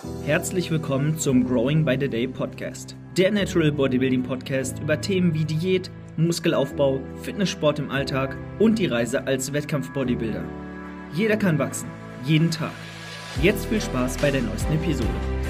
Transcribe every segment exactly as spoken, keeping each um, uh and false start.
Herzlich willkommen zum Growing by the Day Podcast, der Natural Bodybuilding Podcast über Themen wie Diät, Muskelaufbau, Fitnesssport im Alltag und die Reise als Wettkampf-Bodybuilder. Jeder kann wachsen, jeden Tag. Jetzt viel Spaß bei der neuesten Episode.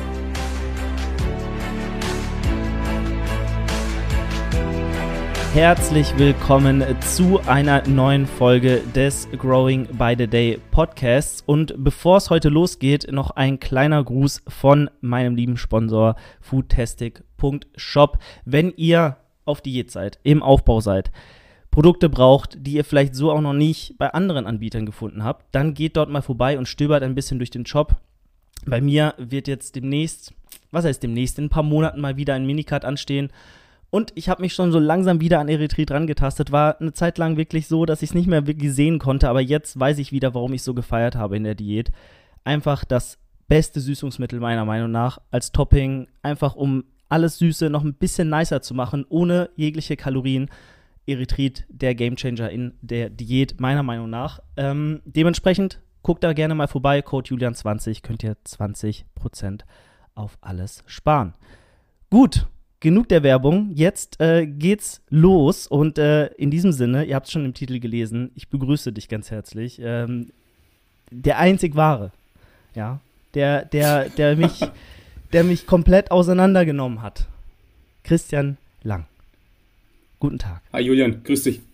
Herzlich willkommen zu einer neuen Folge des Growing by the Day Podcasts. Und bevor es heute losgeht, noch ein kleiner Gruß von meinem lieben Sponsor foodtastic punkt shop. Wenn ihr auf Diät seid, im Aufbau seid, Produkte braucht, die ihr vielleicht so auch noch nicht bei anderen Anbietern gefunden habt, dann geht dort mal vorbei und stöbert ein bisschen durch den Shop. Bei mir wird jetzt demnächst, was heißt demnächst, in ein paar Monaten mal wieder ein Minicut anstehen. Und ich habe mich schon so langsam wieder an Erythrit rangetastet. War eine Zeit lang wirklich so, dass ich es nicht mehr wirklich sehen konnte. Aber jetzt weiß ich wieder, warum ich so gefeiert habe in der Diät. Einfach das beste Süßungsmittel meiner Meinung nach als Topping. Einfach um alles Süße noch ein bisschen nicer zu machen, ohne jegliche Kalorien. Erythrit, der Gamechanger in der Diät, meiner Meinung nach. Ähm, dementsprechend guckt da gerne mal vorbei. Code Julian zwanzig, könnt ihr zwanzig Prozent auf alles sparen. Gut. Genug der Werbung, jetzt äh, geht's los und äh, in diesem Sinne, ihr habt es schon im Titel gelesen, ich begrüße dich ganz herzlich, ähm, der einzig wahre, ja, der, der, der mich, der mich komplett auseinandergenommen hat, Christian Lang. Guten Tag. Hi Julian, grüß dich.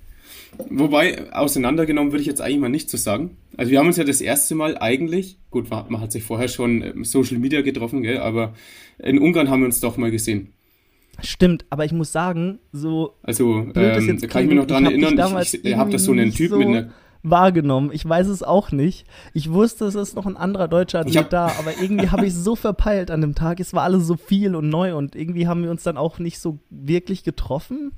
Wobei, auseinandergenommen würde ich jetzt eigentlich mal nicht so sagen. Also wir haben uns ja das erste Mal eigentlich, gut, man hat sich vorher schon im Social Media getroffen, gell, aber in Ungarn haben wir uns doch mal gesehen. Stimmt, aber ich muss sagen, so Also, ähm, da kann ich mich noch dran erinnern, ich, ich, ich habe das so einen Typ so mit einer... wahrgenommen. Ich weiß es auch nicht. Ich wusste, es ist noch ein anderer Deutscher Athlet da, aber irgendwie habe ich es so verpeilt an dem Tag. Es war alles so viel und neu und irgendwie haben wir uns dann auch nicht so wirklich getroffen.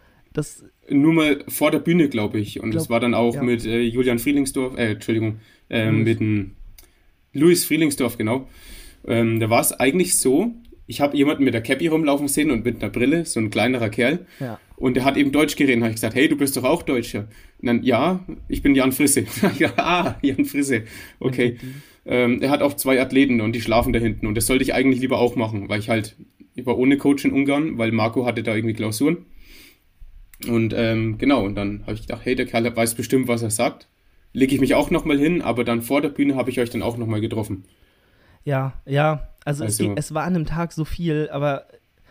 Das Nur mal vor der Bühne, glaube ich. Und glaub, das war dann auch ja. mit äh, Julian Frielingsdorf, äh, Entschuldigung, ähm, mhm. mit dem Luis Frielingsdorf, genau. Ähm, da war es eigentlich so, ich habe jemanden mit der Cappy rumlaufen sehen und mit einer Brille, so ein kleinerer Kerl. Ja. Und der hat eben Deutsch geredet. Habe ich gesagt, hey, du bist doch auch Deutscher. Und dann, ja, ich bin Jan Frisse. ja, ah, Jan Frisse. Okay. Mhm. Ähm, er hat auch zwei Athleten und die schlafen da hinten. Und das sollte ich eigentlich lieber auch machen, weil ich halt, ich war ohne Coach in Ungarn, weil Marco hatte da irgendwie Klausuren. Und ähm, genau, und dann habe ich gedacht, hey, der Kerl weiß bestimmt, was er sagt. Lege ich mich auch nochmal hin, aber dann vor der Bühne habe ich euch dann auch nochmal getroffen. Ja, ja, also, also. Es, es war an dem Tag so viel, aber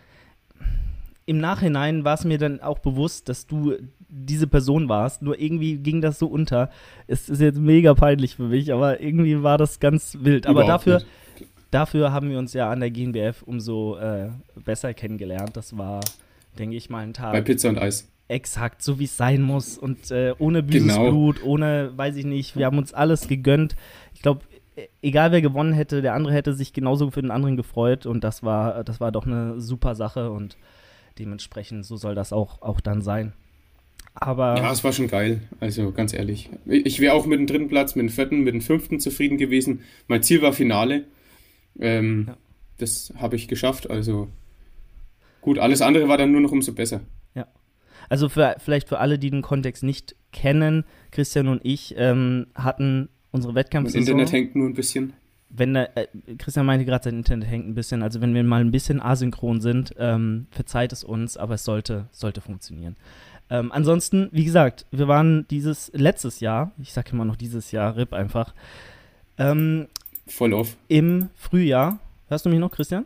im Nachhinein war es mir dann auch bewusst, dass du diese Person warst, nur irgendwie ging das so unter. Es ist jetzt mega peinlich für mich, aber irgendwie war das ganz wild. Aber dafür, dafür haben wir uns ja an der G N B F umso äh, besser kennengelernt. Das war, denke ich mal, ein Tag. Bei Pizza und Eis. Exakt, so wie es sein muss und äh, ohne böses genau. Blut, ohne, weiß ich nicht, wir haben uns alles gegönnt. Ich glaube, egal wer gewonnen hätte, der andere hätte sich genauso für den anderen gefreut und das war, das war doch eine super Sache und dementsprechend so soll das auch, auch dann sein. Aber ja, es war schon geil, also ganz ehrlich. Ich wäre auch mit dem dritten Platz, mit dem vierten, mit dem fünften zufrieden gewesen. Mein Ziel war Finale. Ähm, ja. Das habe ich geschafft, also gut, alles andere war dann nur noch umso besser. Ja. Also für, vielleicht für alle, die den Kontext nicht kennen, Christian und ich ähm, hatten unsere Wettkampfsaison. Das Internet hängt nur ein bisschen. Wenn der, äh, Christian meinte gerade, sein Internet hängt ein bisschen. Also wenn wir mal ein bisschen asynchron sind, ähm, verzeiht es uns, aber es sollte, sollte funktionieren. Ähm, ansonsten, wie gesagt, wir waren dieses letztes Jahr, ich sage immer noch dieses Jahr, R I P einfach, ähm, voll auf. Im Frühjahr. Hörst du mich noch, Christian?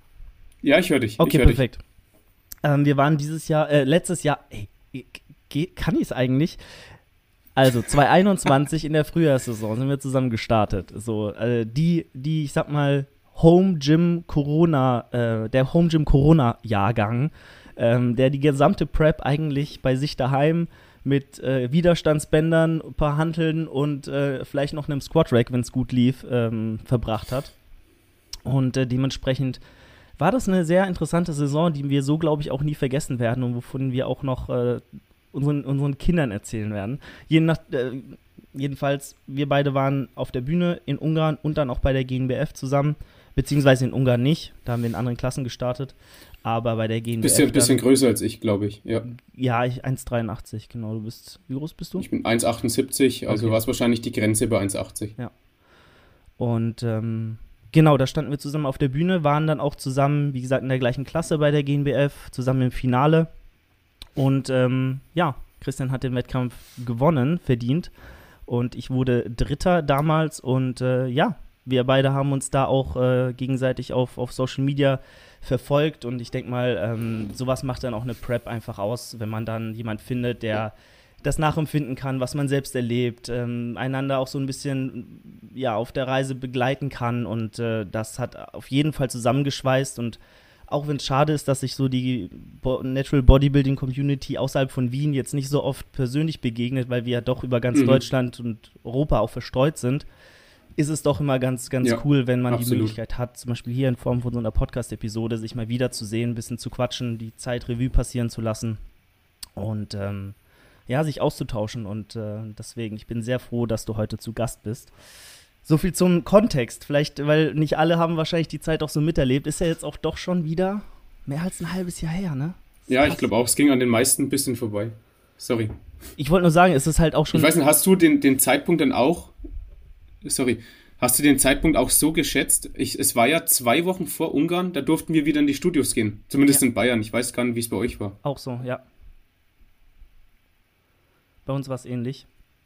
Ja, ich höre dich. Okay, hör perfekt. Dich. Ähm, wir waren dieses Jahr, äh, letztes Jahr, ey, g- kann ich es eigentlich? Also, zwanzig einundzwanzig in der Frühjahrssaison sind wir zusammen gestartet. So, äh, die, die, ich sag mal, Home Gym Corona, äh, der Home Gym Corona-Jahrgang, ähm, der die gesamte Prep eigentlich bei sich daheim mit äh, Widerstandsbändern, ein paar Hanteln und äh, vielleicht noch einem Squat-Rack, wenn es gut lief, ähm, verbracht hat. Und äh, dementsprechend war das eine sehr interessante Saison, die wir so, glaube ich, auch nie vergessen werden und wovon wir auch noch äh, unseren, unseren Kindern erzählen werden. Jeden nach, äh, jedenfalls, wir beide waren auf der Bühne in Ungarn und dann auch bei der G N B F zusammen, beziehungsweise in Ungarn nicht, da haben wir in anderen Klassen gestartet, aber bei der G N B F Bisschen, bisschen größer als ich, glaube ich, ja. Ja, ich eins Komma dreiundachtzig, genau, du bist, wie groß bist du? Ich bin eins Komma achtundsiebzig, also okay. War es wahrscheinlich die Grenze bei eins Komma achtzig. Ja. Und, ähm, Genau, da standen wir zusammen auf der Bühne, waren dann auch zusammen, wie gesagt, in der gleichen Klasse bei der G N B F, zusammen im Finale. Und ähm, ja, Christian hat den Wettkampf gewonnen, verdient. Und ich wurde Dritter damals. Und äh, ja, wir beide haben uns da auch äh, gegenseitig auf, auf Social Media verfolgt. Und ich denke mal, ähm, sowas macht dann auch eine Prep einfach aus, wenn man dann jemand findet, der das nachempfinden kann, was man selbst erlebt, ähm, einander auch so ein bisschen ja, auf der Reise begleiten kann. Und äh, das hat auf jeden Fall zusammengeschweißt. Und auch wenn es schade ist, dass sich so die Bo- Natural Bodybuilding Community außerhalb von Wien jetzt nicht so oft persönlich begegnet, weil wir ja doch über ganz mhm. Deutschland und Europa auch verstreut sind, ist es doch immer ganz, ganz ja, cool, wenn man absolut. die Möglichkeit hat, zum Beispiel hier in Form von so einer Podcast-Episode, sich mal wiederzusehen, ein bisschen zu quatschen, die Zeit Revue passieren zu lassen und ähm, ja, sich auszutauschen. Und äh, deswegen, ich bin sehr froh, dass du heute zu Gast bist. So viel zum Kontext. Vielleicht, weil nicht alle haben wahrscheinlich die Zeit auch so miterlebt. Ist ja jetzt auch doch schon wieder mehr als ein halbes Jahr her, ne? Ja, ich glaube auch. Es ging an den meisten ein bisschen vorbei. Sorry. Ich wollte nur sagen, es ist halt auch schon... Ich weiß nicht, hast du den, den Zeitpunkt dann auch... Sorry. Hast du den Zeitpunkt auch so geschätzt? Ich, es war ja zwei Wochen vor Ungarn, da durften wir wieder in die Studios gehen. Zumindest ja. in Bayern. Ich weiß gar nicht, wie es bei euch war. Auch so, ja. Bei uns war es ähnlich.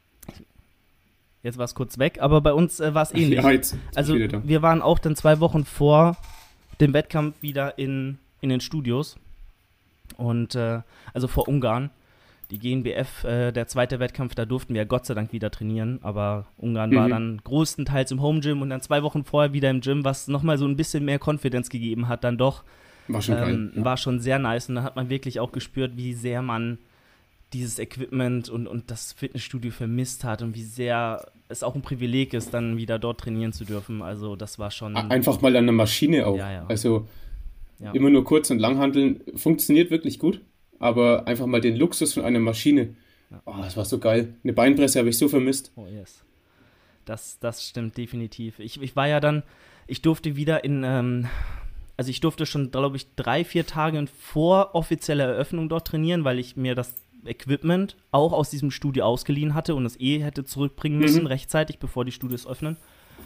Jetzt war es kurz weg, aber bei uns äh, war es ähnlich. Ja, jetzt also wir waren auch dann zwei Wochen vor dem Wettkampf wieder in, in den Studios. Und äh, also vor Ungarn. Die G N B F, äh, der zweite Wettkampf, da durften wir Gott sei Dank wieder trainieren. Aber Ungarn mhm. war dann größtenteils im Home Gym und dann zwei Wochen vorher wieder im Gym, was nochmal so ein bisschen mehr Confidence gegeben hat dann doch. War schon ähm, geil. Ja. War schon sehr nice und da hat man wirklich auch gespürt, wie sehr man dieses Equipment und, und das Fitnessstudio vermisst hat und wie sehr es auch ein Privileg ist, dann wieder dort trainieren zu dürfen. Also das war schon... Einfach mal an der Maschine auch. Ja, ja. Also ja. immer nur kurz und lang handeln, funktioniert wirklich gut, aber einfach mal den Luxus von einer Maschine. Ja. Oh, das war so geil. Eine Beinpresse habe ich so vermisst. Oh yes. Das, das stimmt definitiv. Ich, ich war ja dann, ich durfte wieder in... Ähm, also ich durfte schon, glaube ich, drei, vier Tage vor offizieller Eröffnung dort trainieren, weil ich mir das Equipment auch aus diesem Studio ausgeliehen hatte und es eh hätte zurückbringen müssen, mhm. rechtzeitig, bevor die Studios öffnen.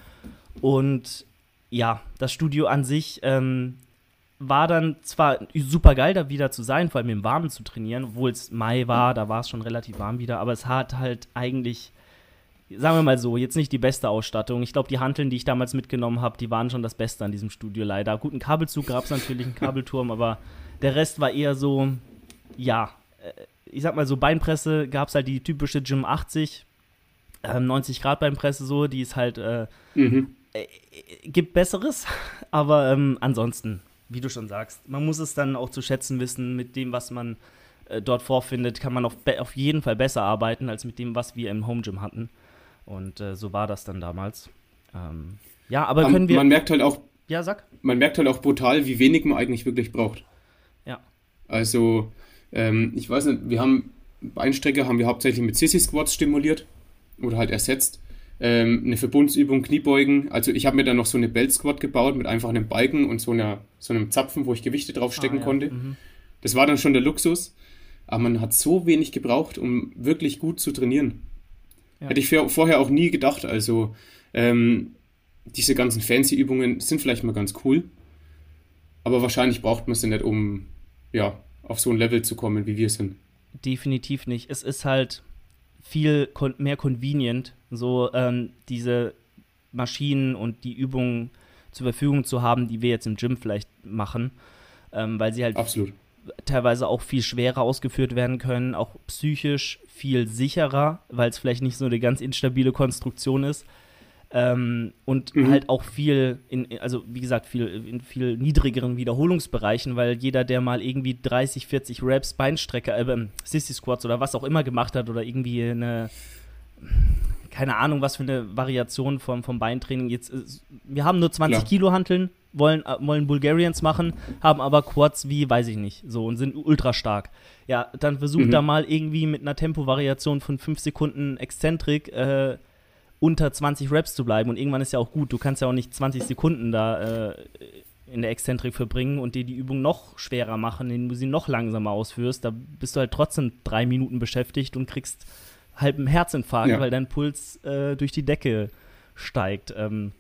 Und ja, das Studio an sich ähm, war dann zwar super geil, da wieder zu sein, vor allem im Warmen zu trainieren, obwohl es Mai war, da war es schon relativ warm wieder, aber es hat halt eigentlich, sagen wir mal so, jetzt nicht die beste Ausstattung. Ich glaube, die Hanteln, die ich damals mitgenommen habe, die waren schon das Beste an diesem Studio leider. Gut, einen Kabelzug gab es natürlich, einen Kabelturm, aber der Rest war eher so, ja, ich sag mal so, Beinpresse gab es halt die typische Gym achtzig, äh, neunzig Grad Beinpresse so, die ist halt, äh, mhm. äh, gibt Besseres, aber ähm, ansonsten, wie du schon sagst, man muss es dann auch zu schätzen wissen, mit dem, was man äh, dort vorfindet, kann man auf, be- auf jeden Fall besser arbeiten, als mit dem, was wir im Home Gym hatten. Und äh, so war das dann damals. Ähm, ja, aber um, können wir... Man merkt halt auch, ja, sag. Man merkt halt auch brutal, wie wenig man eigentlich wirklich braucht. Ja. Also, ähm, ich weiß nicht, wir haben Beinstrecke haben wir hauptsächlich mit Sissy Squats stimuliert oder halt ersetzt. Ähm, eine Verbundsübung, Kniebeugen. Also ich habe mir dann noch so eine Belt Squat gebaut mit einfach einem Balken und so, einer, so einem Zapfen, wo ich Gewichte draufstecken ah, ja. konnte. Mhm. Das war dann schon der Luxus. Aber man hat so wenig gebraucht, um wirklich gut zu trainieren. Ja. Hätte ich für, vorher auch nie gedacht. Also ähm, diese ganzen Fancy-Übungen sind vielleicht mal ganz cool. Aber wahrscheinlich braucht man sie nicht, um ja, auf so ein Level zu kommen, wie wir sind. Definitiv nicht. Es ist halt viel kon- mehr convenient, so ähm, diese Maschinen und die Übungen zur Verfügung zu haben, die wir jetzt im Gym vielleicht machen, ähm, weil sie halt Absolut. teilweise auch viel schwerer ausgeführt werden können, auch psychisch viel sicherer, weil es vielleicht nicht so eine ganz instabile Konstruktion ist. Ähm, und mhm. halt auch viel, in, also wie gesagt, viel in viel niedrigeren Wiederholungsbereichen, weil jeder, der mal irgendwie dreißig, vierzig Reps Beinstrecke, äh, Sissy Squats oder was auch immer gemacht hat oder irgendwie eine, keine Ahnung, was für eine Variation vom, vom Beintraining jetzt ist. Wir haben nur zwanzig Klar. Kilo Hanteln, wollen, äh, wollen Bulgarians machen, haben aber Quads wie, weiß ich nicht, so und sind ultra stark. Ja, dann versucht mhm. da mal irgendwie mit einer Tempovariation von fünf Sekunden Exzentrik, äh, unter zwanzig Reps zu bleiben und irgendwann ist ja auch gut, du kannst ja auch nicht zwanzig Sekunden da äh, in der Exzentrik verbringen und dir die Übung noch schwerer machen, indem du sie noch langsamer ausführst, da bist du halt trotzdem drei Minuten beschäftigt und kriegst halb einen Herzinfarkt, ja. weil dein Puls äh, durch die Decke steigt. Ähm,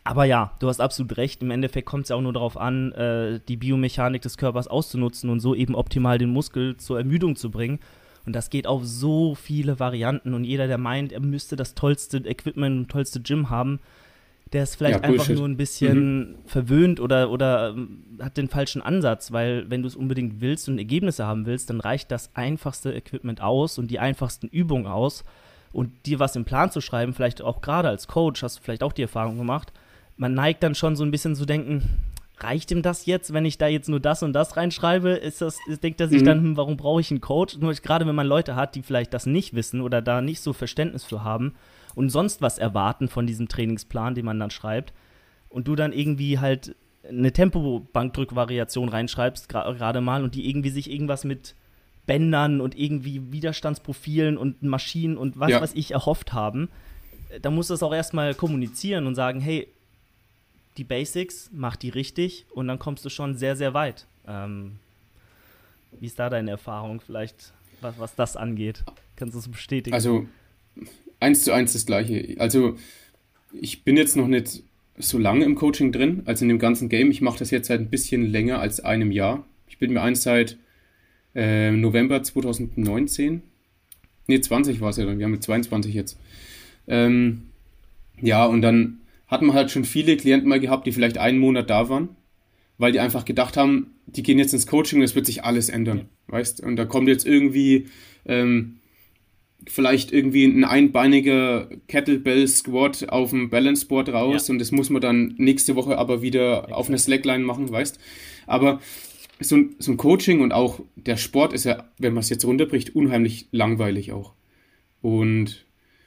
Aber ja, du hast absolut recht. Im Endeffekt kommt es ja auch nur darauf an, äh, die Biomechanik des Körpers auszunutzen und so eben optimal den Muskel zur Ermüdung zu bringen. Und das geht auf so viele Varianten. Und jeder, der meint, er müsste das tollste Equipment und tollste Gym haben, der ist vielleicht Ja, einfach Bullshit. nur ein bisschen Mhm. verwöhnt oder, oder ähm, hat den falschen Ansatz. Weil wenn du es unbedingt willst und Ergebnisse haben willst, dann reicht das einfachste Equipment aus und die einfachsten Übungen aus. Und dir was im Plan zu schreiben, vielleicht auch gerade als Coach, hast du vielleicht auch die Erfahrung gemacht, man neigt dann schon so ein bisschen zu denken, reicht ihm das jetzt, wenn ich da jetzt nur das und das reinschreibe? Ist das, denkt er sich Mhm. dann, hm, warum brauche ich einen Coach? Nur gerade wenn man Leute hat, die vielleicht das nicht wissen oder da nicht so Verständnis für haben und sonst was erwarten von diesem Trainingsplan, den man dann schreibt, und du dann irgendwie halt eine Tempobankdrückvariation reinschreibst, gra- gerade mal, und die irgendwie sich irgendwas mit Bändern und irgendwie Widerstandsprofilen und Maschinen und was Ja. weiß ich erhofft haben, da musst du es auch erstmal kommunizieren und sagen, hey, die Basics, mach die richtig und dann kommst du schon sehr, sehr weit. Ähm, wie ist da deine Erfahrung vielleicht, was, was das angeht? Kannst du es bestätigen? Also eins zu eins das Gleiche. Also ich bin jetzt noch nicht so lange im Coaching drin, also in dem ganzen Game. Ich mache das jetzt seit ein bisschen länger als einem Jahr. Ich bin mir eins seit äh, November zwanzig neunzehn. Nee, zwanzig war es ja dann. Wir haben mit zweiundzwanzig jetzt. Ähm, ja, und dann hat man halt schon viele Klienten mal gehabt, die vielleicht einen Monat da waren, weil die einfach gedacht haben, die gehen jetzt ins Coaching und es wird sich alles ändern, weißt? Und da kommt jetzt irgendwie ähm, vielleicht irgendwie ein einbeiniger Kettlebell-Squat auf dem Balance-Board raus Ja. und das muss man dann nächste Woche aber wieder auf einer Slackline machen, weißt? Aber so ein, so ein Coaching und auch der Sport ist ja, wenn man es jetzt runterbricht, unheimlich langweilig auch. Und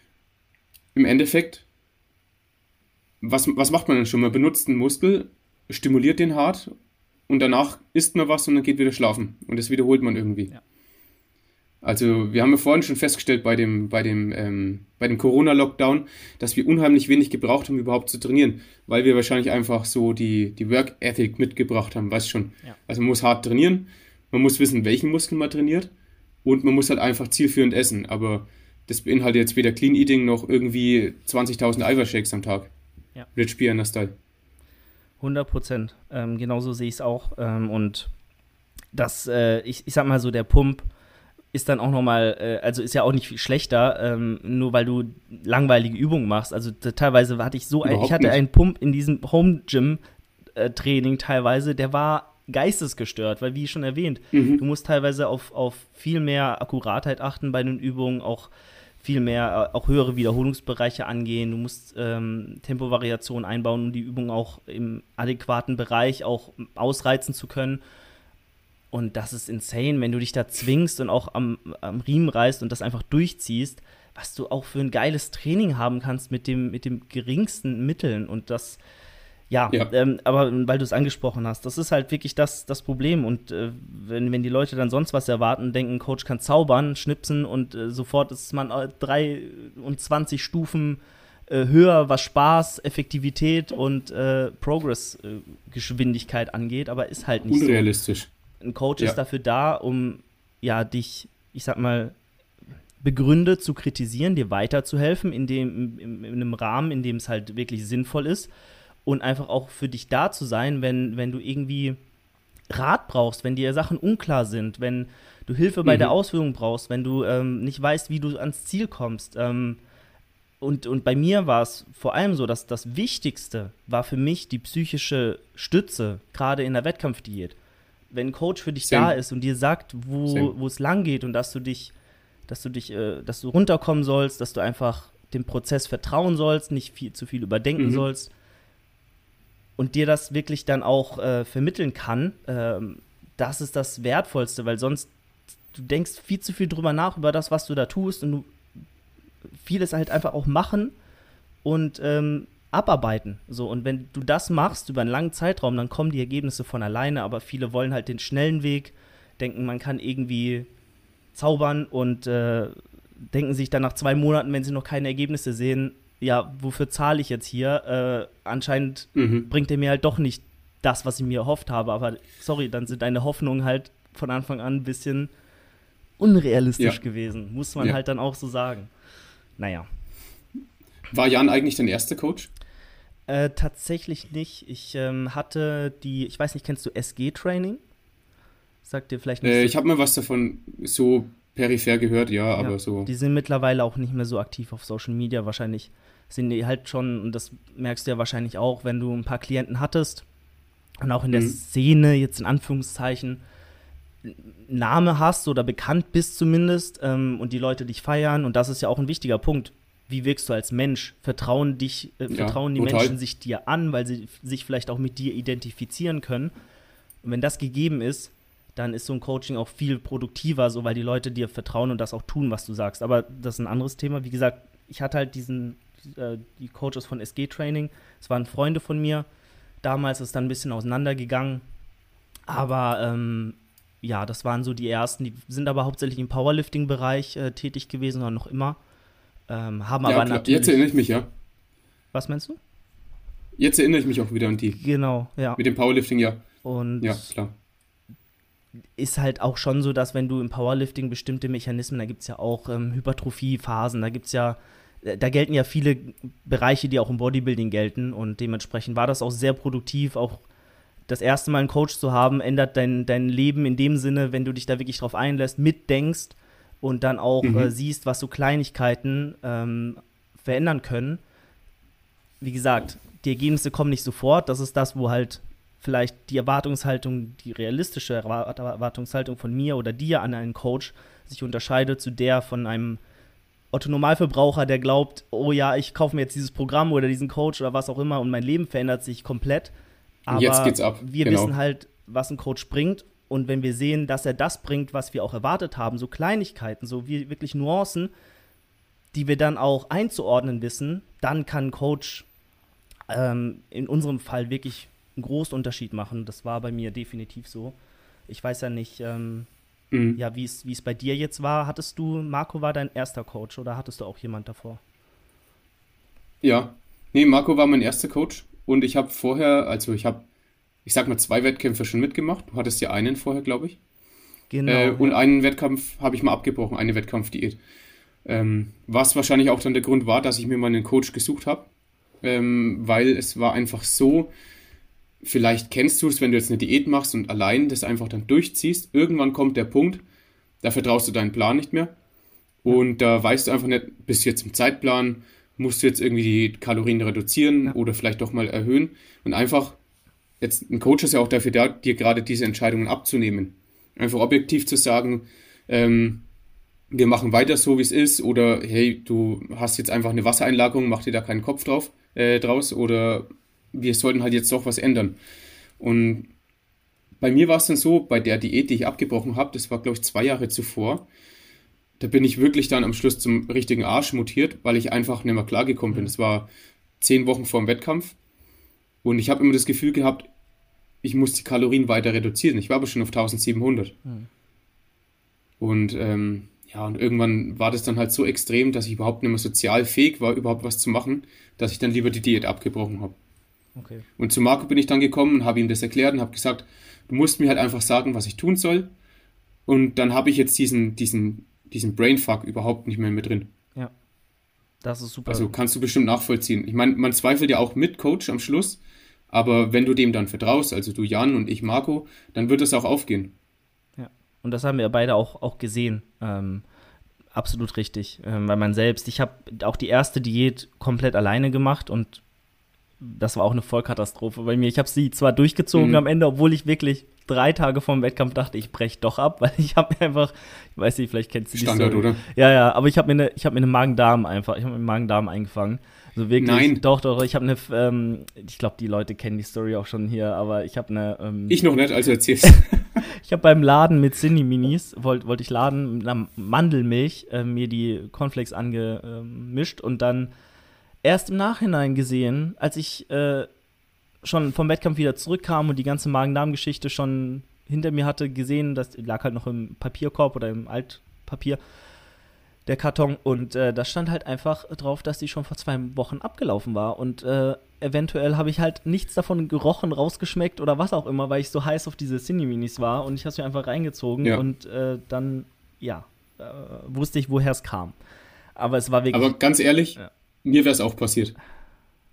im Endeffekt, was, was macht man denn schon? Man benutzt einen Muskel, stimuliert den hart und danach isst man was und dann geht wieder schlafen. Und das wiederholt man irgendwie. Ja. Also wir haben ja vorhin schon festgestellt bei dem, bei dem, ähm, bei dem Corona-Lockdown, dass wir unheimlich wenig gebraucht haben, überhaupt zu trainieren, weil wir wahrscheinlich einfach so die, die Work-Ethic mitgebracht haben, weißt schon. Ja. Also man muss hart trainieren, man muss wissen, welchen Muskel man trainiert und man muss halt einfach zielführend essen. Aber das beinhaltet jetzt weder Clean Eating noch irgendwie zwanzigtausend Eiweißshakes am Tag. Ja. Rich Piana Style. hundert Prozent. Ähm, genauso sehe ich es auch. Ähm, und das, äh, ich, ich sag mal so, der Pump ist dann auch nochmal, äh, also ist ja auch nicht viel schlechter, ähm, nur weil du langweilige Übungen machst. Also t- teilweise hatte ich so, ein, Überhaupt ich hatte nicht. einen Pump in diesem Home-Gym-Training teilweise, der war geistesgestört, weil wie schon erwähnt, Mhm. du musst teilweise auf, auf viel mehr Akkuratheit achten bei den Übungen, auch viel mehr, äh, auch höhere Wiederholungsbereiche angehen. Du musst ähm, Tempovariationen einbauen, um die Übung auch im adäquaten Bereich auch ausreizen zu können. Und das ist insane, wenn du dich da zwingst und auch am, am Riemen reißt und das einfach durchziehst, was du auch für ein geiles Training haben kannst mit dem, mit dem geringsten Mitteln. Und das, ja, Ja. Ähm, aber weil du es angesprochen hast, das ist halt wirklich das, das Problem. Und äh, wenn, wenn die Leute dann sonst was erwarten, denken, Coach kann zaubern, schnipsen und äh, sofort ist man äh, dreiundzwanzig Stufen äh, höher, was Spaß, Effektivität und äh, Progress-Geschwindigkeit angeht, aber ist halt nicht so. Unrealistisch. Ein Coach Ja. ist dafür da, um ja dich, ich sag mal, begründet zu kritisieren, dir weiterzuhelfen, in, dem, in, in einem Rahmen, in dem es halt wirklich sinnvoll ist und einfach auch für dich da zu sein, wenn, wenn du irgendwie Rat brauchst, wenn dir Sachen unklar sind, wenn du Hilfe bei Mhm. der Ausführung brauchst, wenn du ähm, nicht weißt, wie du ans Ziel kommst. Ähm, und, und bei mir war es vor allem so, dass das Wichtigste war für mich die psychische Stütze, gerade in der Wettkampfdiät. Wenn ein Coach für dich Same. da ist und dir sagt, wo, Same. wo es lang geht und dass du dich, dass du dich, äh, dass du runterkommen sollst, dass du einfach dem Prozess vertrauen sollst, nicht viel zu viel überdenken Mhm. sollst und dir das wirklich dann auch äh, vermitteln kann, ähm, das ist das Wertvollste, weil sonst du denkst viel zu viel drüber nach, über das, was du da tust und du vieles halt einfach auch machen und ähm, abarbeiten. So, und wenn du das machst über einen langen Zeitraum, dann kommen die Ergebnisse von alleine, aber viele wollen halt den schnellen Weg, denken, man kann irgendwie zaubern und äh, denken sich dann nach zwei Monaten, wenn sie noch keine Ergebnisse sehen, ja, wofür zahle ich jetzt hier? Äh, anscheinend Mhm. bringt er mir halt doch nicht das, was ich mir erhofft habe, aber sorry, dann sind deine Hoffnungen halt von Anfang an ein bisschen unrealistisch Ja. gewesen, muss man Ja. halt dann auch so sagen. Naja. War Jan eigentlich dein erster Coach? Äh, tatsächlich nicht. Ich ähm, hatte die, ich weiß nicht, kennst du S G-Training? Sagt dir vielleicht nicht Äh, so. ich habe mal was davon so peripher gehört, ja, Ja, aber so. die sind mittlerweile auch nicht mehr so aktiv auf Social Media. Wahrscheinlich sind die halt schon, und das merkst du ja wahrscheinlich auch, wenn du ein paar Klienten hattest und auch in der Mhm. Szene jetzt in Anführungszeichen Name hast oder bekannt bist zumindest ähm, und die Leute dich feiern. Und das ist ja auch ein wichtiger Punkt. Wie wirkst du als Mensch? Vertrauen dich, äh, Ja, vertrauen die total. Menschen sich dir an, weil sie sich vielleicht auch mit dir identifizieren können? Und wenn das gegeben ist, dann ist so ein Coaching auch viel produktiver, so weil die Leute dir vertrauen und das auch tun, was du sagst. Aber das ist ein anderes Thema. Wie gesagt, ich hatte halt diesen, äh, die Coaches von S G-Training, es waren Freunde von mir. Damals ist es dann ein bisschen auseinandergegangen. Aber ähm, ja, das waren so die ersten. Die sind aber hauptsächlich im Powerlifting-Bereich äh, tätig gewesen oder noch immer. Ähm, haben Ja, aber klar. natürlich. Jetzt erinnere ich mich, ja. Was meinst du? Jetzt erinnere ich mich auch wieder an die. Genau, ja. Mit dem Powerlifting, ja. Und Ja, klar. ist halt auch schon so, dass wenn du im Powerlifting bestimmte Mechanismen, da gibt es ja auch ähm, Hypertrophie-Phasen, da gibt es ja, äh, da gelten ja viele Bereiche, die auch im Bodybuilding gelten und dementsprechend war das auch sehr produktiv, auch das erste Mal einen Coach zu haben, ändert dein, dein Leben in dem Sinne, wenn du dich da wirklich drauf einlässt, mitdenkst und dann auch Mhm. äh, siehst, was so Kleinigkeiten ähm, verändern können. Wie gesagt, die Ergebnisse kommen nicht sofort, das ist das, wo halt vielleicht die Erwartungshaltung, die realistische Erwart- Erwartungshaltung von mir oder dir an einen Coach sich unterscheidet zu der von einem Otto-Normalverbraucher, der glaubt, oh ja, ich kaufe mir jetzt dieses Programm oder diesen Coach oder was auch immer und mein Leben verändert sich komplett. Aber Jetzt geht's ab. wir Genau. wissen halt, was ein Coach bringt und wenn wir sehen, dass er das bringt, was wir auch erwartet haben, so Kleinigkeiten, so wie wirklich Nuancen, die wir dann auch einzuordnen wissen, dann kann ein Coach ähm, in unserem Fall wirklich einen großen Unterschied machen. Das war bei mir definitiv so. Ich weiß ja nicht, ähm, Mhm. ja, wie es wie es bei dir jetzt war. Hattest du, Marco war dein erster Coach oder hattest du auch jemand davor? Ja. Nee, Marco war mein erster Coach und ich habe vorher, also ich habe, ich sag mal, zwei Wettkämpfe schon mitgemacht. Du hattest ja einen vorher, glaube ich. Genau. Äh, und ja. einen Wettkampf habe ich mal abgebrochen, eine Wettkampfdiät. Ähm, was wahrscheinlich auch dann der Grund war, dass ich mir mal einen Coach gesucht habe, ähm, weil es war einfach so, vielleicht kennst du es, wenn du jetzt eine Diät machst und allein das einfach dann durchziehst, irgendwann kommt der Punkt, da vertraust du deinen Plan nicht mehr und da weißt du einfach nicht, bist du jetzt im Zeitplan, musst du jetzt irgendwie die Kalorien reduzieren Ja. oder vielleicht doch mal erhöhen und einfach, jetzt ein Coach ist ja auch dafür da, dir gerade diese Entscheidungen abzunehmen. Einfach objektiv zu sagen, ähm, wir machen weiter so, wie es ist, oder hey, du hast jetzt einfach eine Wassereinlagerung, mach dir da keinen Kopf drauf, äh, draus, oder wir sollten halt jetzt doch was ändern. Und bei mir war es dann so, bei der Diät, die ich abgebrochen habe, das war, glaube ich, zwei Jahre zuvor, da bin ich wirklich dann am Schluss zum richtigen Arsch mutiert, weil ich einfach nicht mehr klargekommen bin. Das war zehn Wochen vor dem Wettkampf und ich habe immer das Gefühl gehabt, ich muss die Kalorien weiter reduzieren. Ich war aber schon auf eintausendsiebenhundert. Hm. Und ähm, ja, und irgendwann war das dann halt so extrem, dass ich überhaupt nicht mehr sozial fähig war, überhaupt was zu machen, dass ich dann lieber die Diät abgebrochen habe. Okay. Und zu Marco bin ich dann gekommen und habe ihm das erklärt und habe gesagt, du musst mir halt einfach sagen, was ich tun soll. Und dann habe ich jetzt diesen, diesen, diesen Brainfuck überhaupt nicht mehr mit drin. Ja. Das ist super. Also kannst du bestimmt nachvollziehen. Ich meine, man zweifelt ja auch mit Coach am Schluss, aber wenn du dem dann vertraust, also du Jan und ich Marco, dann wird es auch aufgehen. Ja. Und das haben wir beide auch, auch gesehen. Ähm, absolut richtig. Ähm, weil man selbst, ich habe auch die erste Diät komplett alleine gemacht und das war auch eine Vollkatastrophe bei mir. Ich habe sie zwar durchgezogen Mhm. am Ende, obwohl ich wirklich drei Tage vor dem Wettkampf dachte, ich breche doch ab, weil ich habe mir einfach, ich weiß nicht, vielleicht kennst du die Standard, Story. oder? Ja, ja, aber ich habe mir eine, ich habe mir eine Magen-Darm einfach, ich habe mir einen Magen-Darm eingefangen. So wirklich. Nein. Doch, doch, ich habe eine, ähm, ich glaube, die Leute kennen die Story auch schon hier, aber ich habe eine, ähm, Ich noch nicht, also erzähl's. ich habe beim Laden mit Cindy Minis, wollte wollt ich laden, mit einer Mandelmilch äh, mir die Cornflakes angemischt und dann erst im Nachhinein gesehen, als ich äh, schon vom Wettkampf wieder zurückkam und die ganze Magen-Darm-Geschichte schon hinter mir hatte, gesehen, das lag halt noch im Papierkorb oder im Altpapier, der Karton, und äh, da stand halt einfach drauf, dass die schon vor zwei Wochen abgelaufen war und äh, eventuell habe ich halt nichts davon gerochen, rausgeschmeckt oder was auch immer, weil ich so heiß auf diese Cindy-Minis war und ich habe es mir einfach reingezogen Ja. und äh, dann, ja, äh, wusste ich, woher es kam. Aber es war wirklich... Aber ganz ehrlich, Ja. mir wäre es auch passiert.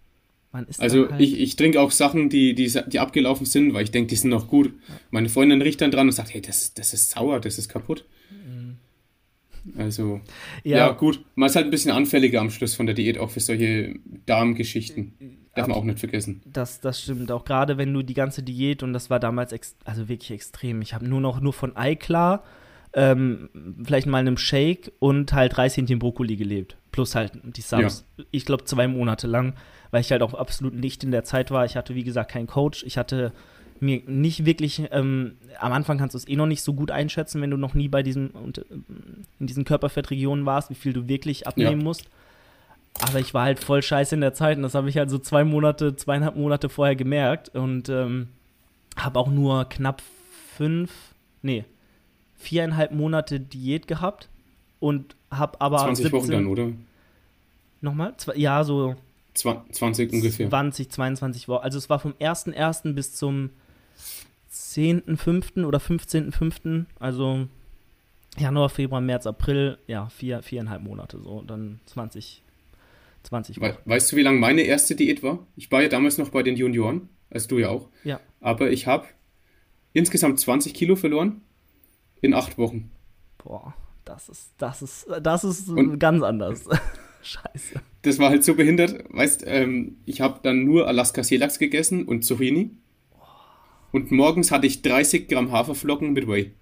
Man ist Also halt ich, ich trinke auch Sachen, die, die, die abgelaufen sind, weil ich denke, die sind noch gut. Ja. Meine Freundin riecht dann dran und sagt, hey, das, das ist sauer, das ist kaputt. Mhm. Also, ja. ja gut, man ist halt ein bisschen anfälliger am Schluss von der Diät, auch für solche Darmgeschichten. Darf man auch nicht vergessen. Das, das stimmt, auch gerade wenn du die ganze Diät, und das war damals ex- also wirklich extrem, ich habe nur noch nur von Eiklar, ähm, vielleicht mal einem Shake und halt Reis, Hähnchen, Brokkoli gelebt. Plus halt die Subs. Ja. Ich glaube zwei Monate lang, weil ich halt auch absolut nicht in der Zeit war. Ich hatte, wie gesagt, keinen Coach. Ich hatte mir nicht wirklich, ähm, am Anfang kannst du es eh noch nicht so gut einschätzen, wenn du noch nie bei diesem, in diesen Körperfettregionen warst, wie viel du wirklich abnehmen ja. musst. Aber ich war halt voll scheiße in der Zeit und das habe ich halt so zwei Monate, zweieinhalb Monate vorher gemerkt und ähm, habe auch nur knapp fünf, nee, viereinhalb Monate Diät gehabt und habe aber zwanzig siebzehn, Wochen dann, oder? Nochmal? Ja, so zwanzig ungefähr. zwanzig, zweiundzwanzig Wochen. Also es war vom ersten ersten bis zum zehnten fünften oder fünfzehnten fünften Also Januar, Februar, März, April, ja, vier, viereinhalb Monate so, dann zwanzig, zwanzig Wochen. We- weißt du, wie lange meine erste Diät war? Ich war ja damals noch bei den Junioren, also du ja auch. Ja. Aber ich habe insgesamt zwanzig Kilo verloren in acht Wochen. Boah, das ist, das ist, das ist Und ganz anders. Scheiße. Das war halt so behindert, weißt, ähm, ich habe dann nur Alaska Seelachs gegessen und Zucchini. Und morgens hatte ich dreißig Gramm Haferflocken mit Whey.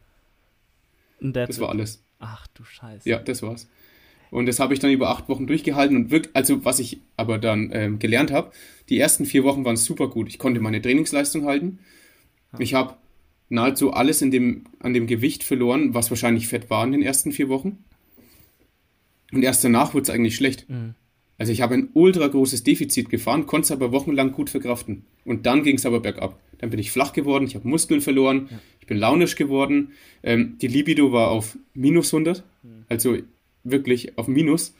Das war alles. Ach du Scheiße. Ja, das war's. Und das habe ich dann über acht Wochen durchgehalten und wirklich, also was ich aber dann ähm, gelernt habe, die ersten vier Wochen waren super gut. Ich konnte meine Trainingsleistung halten. Ja. Ich habe nahezu alles in dem, an dem Gewicht verloren, was wahrscheinlich Fett war in den ersten vier Wochen. Und erst danach wurde es eigentlich schlecht. Mhm. Also ich habe ein ultra großes Defizit gefahren, konnte es aber wochenlang gut verkraften. Und dann ging es aber bergab. Dann bin ich flach geworden, ich habe Muskeln verloren, ja. ich bin launisch geworden. Ähm, die Libido war auf minus hundert, mhm. also wirklich auf Minus.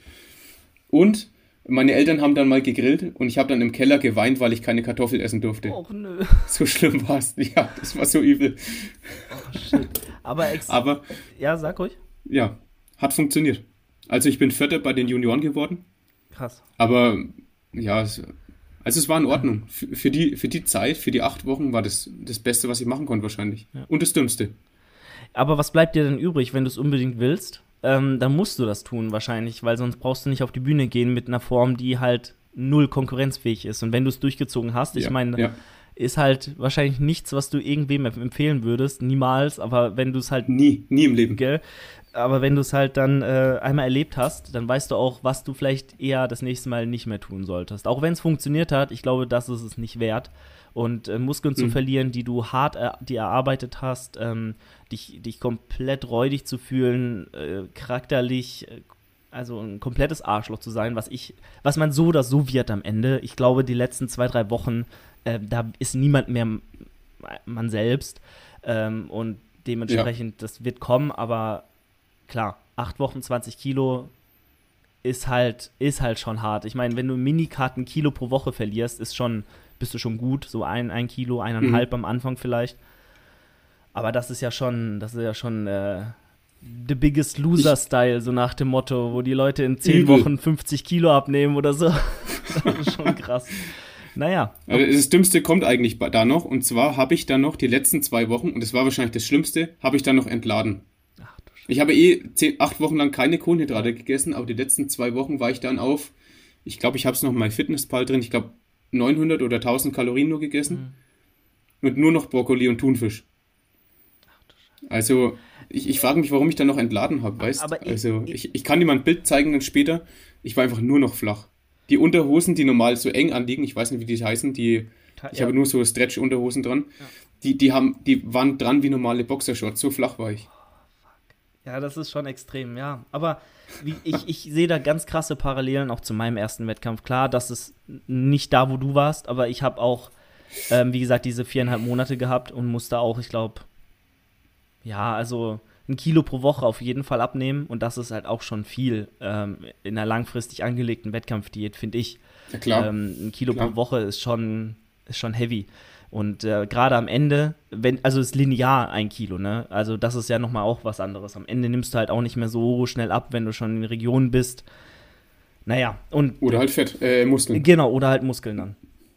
Und meine Eltern haben dann mal gegrillt und ich habe dann im Keller geweint, weil ich keine Kartoffel essen durfte. Och nö. So schlimm war es. Ja, das war so übel. Oh shit. Aber, ex- aber ja, sag ruhig. Ja, hat funktioniert. Also ich bin Vierter bei den Junioren geworden. Krass. Aber ja, es, also es war in Ordnung. Für, für, die, für die Zeit, für die acht Wochen war das das Beste, was ich machen konnte wahrscheinlich. Ja. Und das Dümmste. Aber was bleibt dir denn übrig, wenn du es unbedingt willst? Ähm, dann musst du das tun wahrscheinlich, weil sonst brauchst du nicht auf die Bühne gehen mit einer Form, die halt null konkurrenzfähig ist. Und wenn du es durchgezogen hast, ich ja, meine, ja. ist halt wahrscheinlich nichts, was du irgendwem empfehlen würdest, niemals, aber wenn du es halt... Nie, nie im Leben. Gell? Aber wenn du es halt dann äh, einmal erlebt hast, dann weißt du auch, was du vielleicht eher das nächste Mal nicht mehr tun solltest. Auch wenn es funktioniert hat, ich glaube, das ist es nicht wert. Und äh, Muskeln mhm. zu verlieren, die du hart er- die erarbeitet hast, ähm, dich, dich komplett räudig zu fühlen, äh, charakterlich, äh, also ein komplettes Arschloch zu sein, was ich, was man so oder so wird am Ende. Ich glaube, die letzten zwei, drei Wochen, äh, da ist niemand mehr man selbst. Ähm, und dementsprechend, ja. das wird kommen, aber klar, acht Wochen, zwanzig Kilo ist halt, ist halt schon hart. Ich meine, wenn du Minikarten Kilo pro Woche verlierst, ist schon, bist du schon gut. So ein, ein Kilo, eineinhalb mhm. am Anfang vielleicht. Aber das ist ja schon, das ist ja schon äh, the biggest loser-Style, so nach dem Motto, wo die Leute in zehn Übel. Wochen fünfzig Kilo abnehmen oder so. Das ist schon krass. Naja. Aber das Dümmste kommt eigentlich da noch. Und zwar habe ich dann noch die letzten zwei Wochen, und das war wahrscheinlich das Schlimmste, habe ich dann noch entladen. Ich habe eh zehn, acht Wochen lang keine Kohlenhydrate gegessen, aber die letzten zwei Wochen war ich dann auf, ich glaube, ich habe es noch mal MyFitnessPal drin, ich glaube neunhundert oder tausend Kalorien nur gegessen mhm. und nur noch Brokkoli und Thunfisch. Also ich, ich frage mich, warum ich dann noch entladen habe, weißt du? Also ich, ich kann dir mal ein Bild zeigen dann später, ich war einfach nur noch flach. Die Unterhosen, die normal so eng anliegen, ich weiß nicht, wie die heißen, die, ich ja. habe nur so Stretch-Unterhosen dran, ja. die, die, haben, die waren dran wie normale Boxershorts, so flach war ich. Ja, das ist schon extrem, ja. Aber wie, ich, ich sehe da ganz krasse Parallelen auch zu meinem ersten Wettkampf. Klar, das ist nicht da, wo du warst, aber ich habe auch, ähm, wie gesagt, diese viereinhalb Monate gehabt und musste auch, ich glaube, ja, also ein Kilo pro Woche auf jeden Fall abnehmen. Und das ist halt auch schon viel ähm, in einer langfristig angelegten Wettkampfdiät, finde ich. Ja, klar. Ähm, ein Kilo klar. pro Woche ist schon, ist schon heavy. Und äh, gerade am Ende, wenn, also ist linear ein Kilo, ne? Also das ist ja nochmal auch was anderes. Am Ende nimmst du halt auch nicht mehr so schnell ab, wenn du schon in Regionen bist. Naja, und... Oder halt Fett, äh, Muskeln. Genau, oder halt Muskeln dann.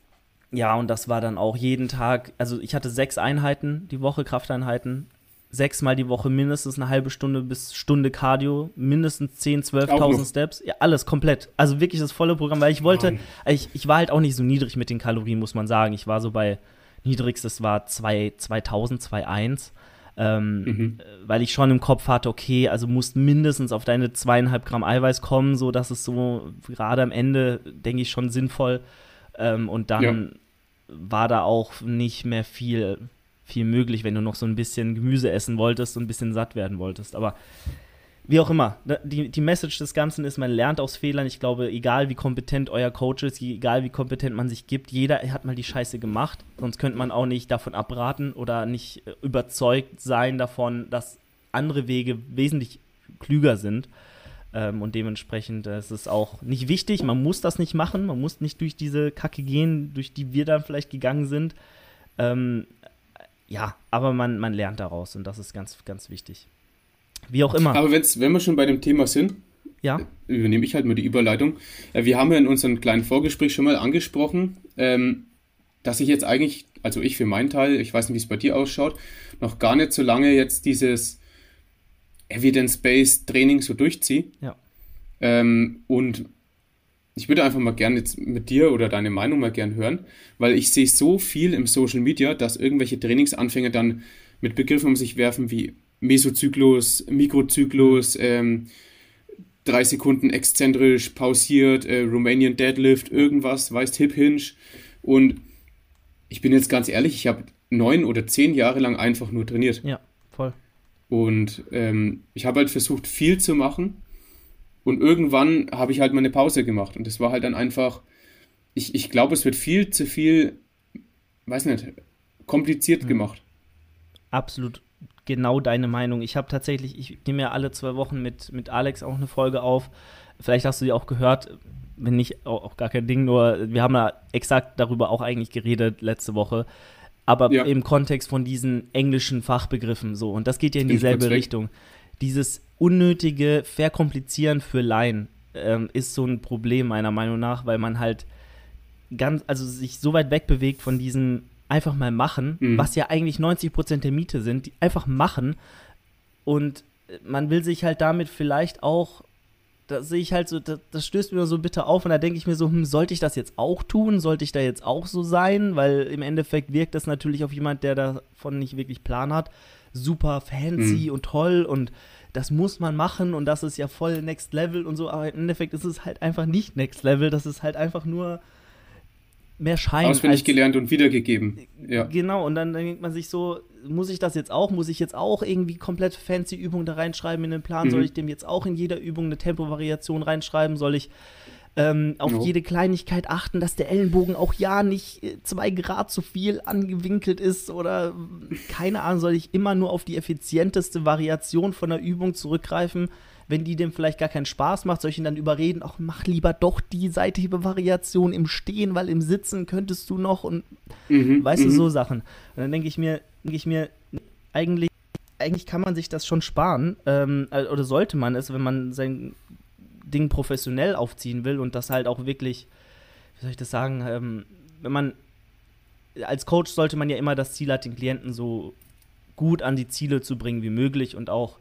Ja, und das war dann auch jeden Tag, also ich hatte sechs Einheiten die Woche, Krafteinheiten, sechsmal die Woche mindestens eine halbe Stunde bis Stunde Cardio, mindestens zehntausend, zwölftausend Steps, ja, alles komplett. Also wirklich das volle Programm, weil ich wollte, ich, ich war halt auch nicht so niedrig mit den Kalorien, muss man sagen. Ich war so bei, niedrigstes war zweitausend, zweitausendeins, ähm, mhm. weil ich schon im Kopf hatte, okay, also musst mindestens auf deine zweieinhalb Gramm Eiweiß kommen, so dass es so gerade am Ende, denke ich, schon sinnvoll. Ähm, und dann ja. war da auch nicht mehr viel, viel möglich, wenn du noch so ein bisschen Gemüse essen wolltest und ein bisschen satt werden wolltest. Aber wie auch immer, die, die Message des Ganzen ist, man lernt aus Fehlern. Ich glaube, egal wie kompetent euer Coach ist, egal wie kompetent man sich gibt, jeder hat mal die Scheiße gemacht. Sonst könnte man auch nicht davon abraten oder nicht überzeugt sein davon, dass andere Wege wesentlich klüger sind. Ähm, und dementsprechend äh, ist es auch nicht wichtig, man muss das nicht machen, man muss nicht durch diese Kacke gehen, durch die wir dann vielleicht gegangen sind. Ähm, ja, aber man, man lernt daraus und das ist ganz, ganz wichtig. Wie auch immer. Aber wenn's, wenn wir schon bei dem Thema sind, ja? übernehme ich halt mal die Überleitung. Wir haben ja in unserem kleinen Vorgespräch schon mal angesprochen, ähm, dass ich jetzt eigentlich, also ich für meinen Teil, ich weiß nicht, wie es bei dir ausschaut, noch gar nicht so lange jetzt dieses Evidence-Based Training so durchziehe. Ja. Ähm, und ich würde einfach mal gerne jetzt mit dir oder deine Meinung mal gern hören, weil ich sehe so viel im Social Media, dass irgendwelche Trainingsanfänger dann mit Begriffen um sich werfen wie Mesozyklus, Mikrozyklus, ähm, drei Sekunden exzentrisch, pausiert, äh, Romanian Deadlift, irgendwas, weißt, Hip Hinge. Und ich bin jetzt ganz ehrlich, ich habe neun oder zehn Jahre lang einfach nur trainiert. Ja, voll. Und ähm, ich habe halt versucht, viel zu machen. Und irgendwann habe ich halt mal eine Pause gemacht. Und das war halt dann einfach, ich, ich glaube, es wird viel zu viel, weiß nicht, kompliziert mhm. gemacht. Absolut genau deine Meinung. Ich habe tatsächlich, ich nehme ja alle zwei Wochen mit, mit Alex auch eine Folge auf. Vielleicht hast du die auch gehört, wenn nicht, auch, auch gar kein Ding, nur wir haben ja exakt darüber auch eigentlich geredet letzte Woche. Aber ja. im Kontext von diesen englischen Fachbegriffen so. Und das geht ja in dieselbe Richtung. Dieses unnötige Verkomplizieren für Laien ähm, ist so ein Problem meiner Meinung nach, weil man halt ganz, also sich so weit wegbewegt von diesem einfach mal machen, mhm. was ja eigentlich neunzig Prozent der Miete sind, die einfach machen. Und man will sich halt damit vielleicht auch, da sehe ich halt so, das, das stößt mir so bitter auf und da denke ich mir so, hm, sollte ich das jetzt auch tun? Sollte ich da jetzt auch so sein? Weil im Endeffekt wirkt das natürlich auf jemand, der davon nicht wirklich Plan hat, super fancy mhm. und toll und das muss man machen und das ist ja voll Next Level und so, aber im Endeffekt ist es halt einfach nicht Next Level, das ist halt einfach nur mehr Schein. Auswendig als, gelernt und wiedergegeben. Ja. Genau, und dann, dann denkt man sich so, muss ich das jetzt auch? Muss ich jetzt auch irgendwie komplett fancy Übungen da reinschreiben in den Plan? Mhm. Soll ich dem jetzt auch in jeder Übung eine Tempovariation reinschreiben? Soll ich ähm, auf no. jede Kleinigkeit achten, dass der Ellenbogen auch ja nicht äh, zwei Grad zu viel angewinkelt ist? Oder keine Ahnung, soll ich immer nur auf die effizienteste Variation von der Übung zurückgreifen? Wenn die dem vielleicht gar keinen Spaß macht, soll ich ihn dann überreden, ach, mach lieber doch die Seithebe-Variation im Stehen, weil im Sitzen könntest du noch und mhm, weißt du, so Sachen. Und dann denke ich mir, denke ich mir, eigentlich, eigentlich kann man sich das schon sparen, ähm, oder sollte man es, wenn man sein Ding professionell aufziehen will und das halt auch wirklich, wie soll ich das sagen, ähm, wenn man, als Coach sollte man ja immer das Ziel hat, den Klienten so gut an die Ziele zu bringen wie möglich und auch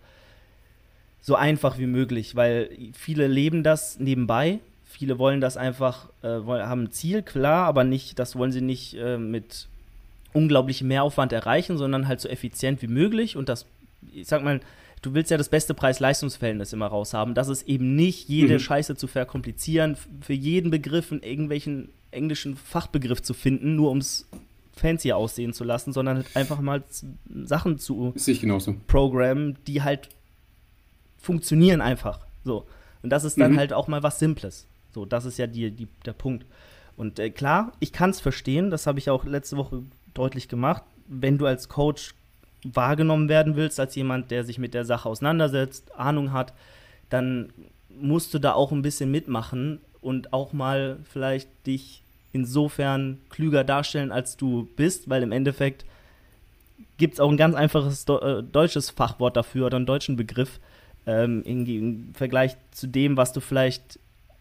so einfach wie möglich, weil viele leben das nebenbei, viele wollen das einfach, äh, wollen, haben ein Ziel, klar, aber nicht, das wollen sie nicht äh, mit unglaublichem Mehraufwand erreichen, sondern halt so effizient wie möglich und das, ich sag mal, du willst ja das beste Preis-Leistungs-Verhältnis immer raushaben, das ist eben nicht jede mhm. Scheiße zu verkomplizieren, für jeden Begriff einen irgendwelchen englischen Fachbegriff zu finden, nur um es fancy aussehen zu lassen, sondern halt einfach mal Sachen zu programmen, die halt funktionieren einfach. So. Und das ist dann mhm. halt auch mal was Simples. So, das ist ja die, die, der Punkt. Und äh, klar, ich kann es verstehen, das habe ich auch letzte Woche deutlich gemacht, wenn du als Coach wahrgenommen werden willst, als jemand, der sich mit der Sache auseinandersetzt, Ahnung hat, dann musst du da auch ein bisschen mitmachen und auch mal vielleicht dich insofern klüger darstellen, als du bist, weil im Endeffekt gibt es auch ein ganz einfaches do- äh, deutsches Fachwort dafür oder einen deutschen Begriff, Ähm, im Vergleich zu dem, was du vielleicht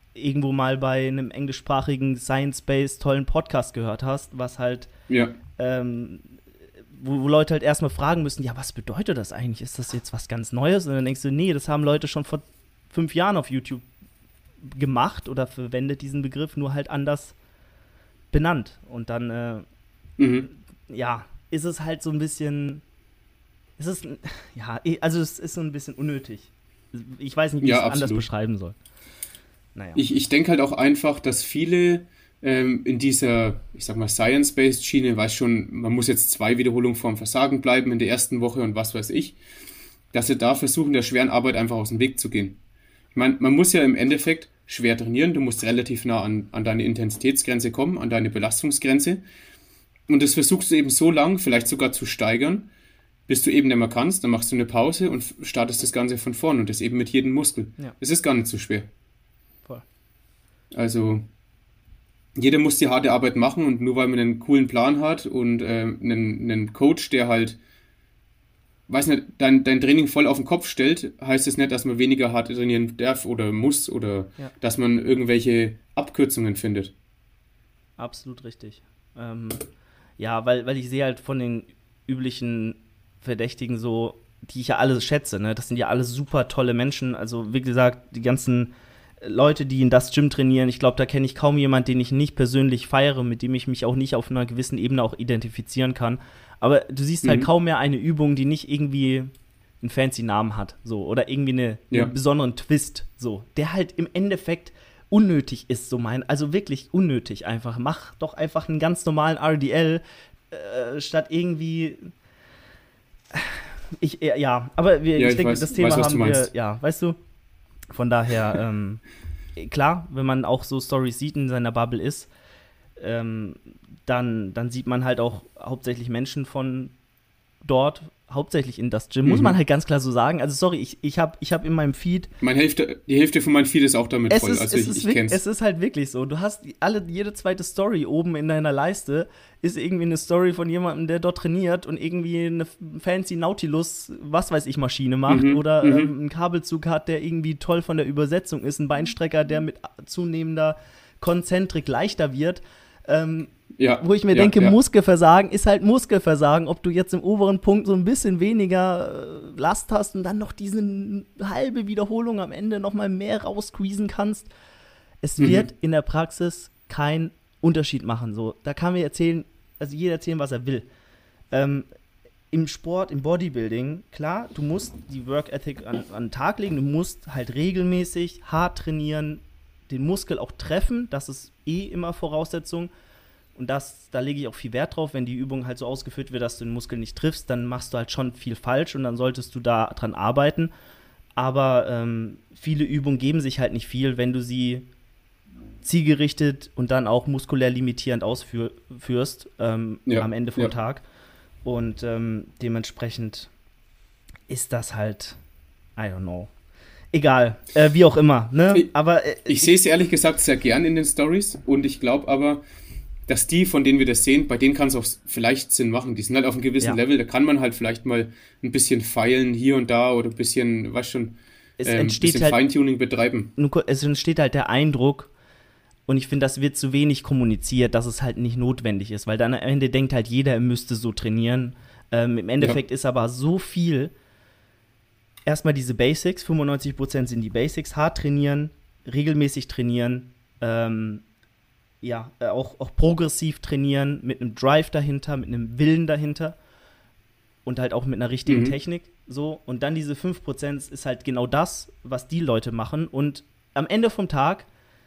irgendwo mal bei einem englischsprachigen Science-Based tollen Podcast gehört hast, was halt, ja. ähm, wo, wo Leute halt erstmal fragen müssen, ja, was bedeutet das eigentlich? Ist das jetzt was ganz Neues? Und dann denkst du, nee, das haben Leute schon vor fünf Jahren auf YouTube gemacht oder verwendet diesen Begriff, nur halt anders benannt. Und dann, äh, mhm. ja, ist es halt so ein bisschen, ist es, ja, also es ist so ein bisschen unnötig. Ich weiß nicht, wie ja, ich es absolut. anders beschreiben soll. Naja. Ich, ich denke halt auch einfach, dass viele ähm, in dieser, ich sag mal, Science-Based Schiene, weiß schon, man muss jetzt zwei Wiederholungen vorm Versagen bleiben in der ersten Woche und was weiß ich, dass sie da versuchen, der schweren Arbeit einfach aus dem Weg zu gehen. Ich meine, man muss ja im Endeffekt schwer trainieren, du musst relativ nah an, an deine Intensitätsgrenze kommen, an deine Belastungsgrenze und das versuchst du eben so lang, vielleicht sogar zu steigern, bis du eben nicht mehr kannst, dann machst du eine Pause und startest das Ganze von vorn und das eben mit jedem Muskel. Ja. Es ist gar nicht so schwer. Voll. Also jeder muss die harte Arbeit machen und nur weil man einen coolen Plan hat und äh, einen, einen Coach, der halt weiß nicht, dein, dein Training voll auf den Kopf stellt, heißt es nicht, dass man weniger hart trainieren darf oder muss oder ja. dass man irgendwelche Abkürzungen findet. Absolut richtig. Ähm, ja, weil, weil ich sehe halt von den üblichen Verdächtigen so, die ich ja alle schätze, ne? Das sind ja alles super tolle Menschen. Also wie gesagt, die ganzen Leute, die in das Gym trainieren, ich glaube, da kenne ich kaum jemanden, den ich nicht persönlich feiere, mit dem ich mich auch nicht auf einer gewissen Ebene auch identifizieren kann. Aber du siehst halt mhm. kaum mehr eine Übung, die nicht irgendwie einen fancy Namen hat, so, oder irgendwie eine, ja. einen besonderen Twist, so, der halt im Endeffekt unnötig ist, so mein, also wirklich unnötig einfach. Mach doch einfach einen ganz normalen R D L, äh, statt irgendwie, ich, äh, ja, aber wir, ja, ich, ich denke, weiß, das Thema weiß, haben wir, ja, weißt du, von daher, ähm, klar, wenn man auch so Storys sieht, in seiner Bubble ist, ähm, dann, dann sieht man halt auch hauptsächlich Menschen von dort, hauptsächlich in das Gym, mhm. muss man halt ganz klar so sagen. Also sorry, ich, ich habe ich hab in meinem Feed Meine Hälfte, die Hälfte von meinem Feed ist auch damit es voll, ist, also es ich, ist ich wirklich, kenn's. Es ist halt wirklich so, du hast alle, jede zweite Story oben in deiner Leiste ist irgendwie eine Story von jemandem, der dort trainiert und irgendwie eine fancy Nautilus, was weiß ich, Maschine macht Mhm, oder mhm. ähm, einen Kabelzug hat, der irgendwie toll von der Übersetzung ist, ein Beinstrecker, der mit zunehmender Konzentrik leichter wird. Ähm, ja, wo ich mir ja, denke, ja. Muskelversagen ist halt Muskelversagen, ob du jetzt im oberen Punkt so ein bisschen weniger äh, Last hast und dann noch diese halbe Wiederholung am Ende noch mal mehr raussqueezen kannst. Es Mhm. wird in der Praxis keinen Unterschied machen. So, da kann mir erzählen, also jeder erzählen, was er will. Ähm, Im Sport, im Bodybuilding, klar, du musst die Work Ethic an, an den Tag legen, du musst halt regelmäßig hart trainieren, den Muskel auch treffen, das ist eh immer Voraussetzung. Und das, da lege ich auch viel Wert drauf, wenn die Übung halt so ausgeführt wird, dass du den Muskel nicht triffst, dann machst du halt schon viel falsch und dann solltest du da dran arbeiten. Aber ähm, viele Übungen geben sich halt nicht viel, wenn du sie zielgerichtet und dann auch muskulär limitierend ausführst ähm, ja, am Ende vom ja. Tag. Und ähm, dementsprechend ist das halt, I don't know. Egal, äh, wie auch immer, ne? Ich, aber äh, ich sehe es ehrlich gesagt sehr gern in den Stories und ich glaube aber, dass die, von denen wir das sehen, bei denen kann es auch vielleicht Sinn machen. Die sind halt auf einem gewissen Ja. Level, da kann man halt vielleicht mal ein bisschen feilen hier und da oder ein bisschen, weißt schon, es ähm, entsteht bisschen halt, Feintuning betreiben. nur kur- es entsteht halt der Eindruck, und ich finde, das wird zu wenig kommuniziert, dass es halt nicht notwendig ist, weil dann am Ende denkt halt jeder, er müsste so trainieren. Ähm, Im Endeffekt Ja. ist aber so viel, erstmal diese Basics, fünfundneunzig Prozent sind die Basics, hart trainieren, regelmäßig trainieren, ähm, ja, äh, auch, auch progressiv trainieren, mit einem Drive dahinter, mit einem Willen dahinter und halt auch mit einer richtigen Mhm. Technik, so. Und dann diese fünf Prozent ist halt genau das, was die Leute machen. Und am Ende vom Tag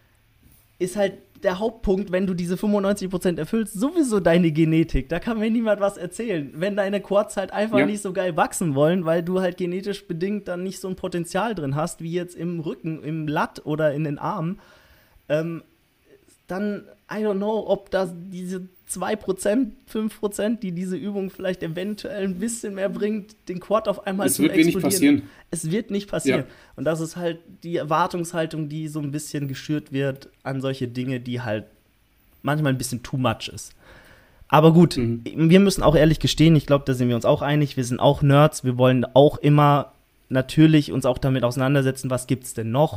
ist halt der Hauptpunkt, wenn du diese fünfundneunzig Prozent erfüllst, sowieso deine Genetik. Da kann mir niemand was erzählen. Wenn deine Quads halt einfach Ja. nicht so geil wachsen wollen, weil du halt genetisch bedingt dann nicht so ein Potenzial drin hast, wie jetzt im Rücken, im Lat oder in den Armen, ähm, dann, I don't know, ob das diese zwei Prozent, fünf Prozent, die diese Übung vielleicht eventuell ein bisschen mehr bringt, den Quad auf einmal Es zu wird wenig explodieren. passieren. Es wird nicht passieren. Ja. Und das ist halt die Erwartungshaltung, die so ein bisschen geschürt wird an solche Dinge, die halt manchmal ein bisschen too much ist. Aber gut, Mhm. wir müssen auch ehrlich gestehen, ich glaube, da sind wir uns auch einig, wir sind auch Nerds, wir wollen auch immer natürlich uns auch damit auseinandersetzen, was gibt's denn noch?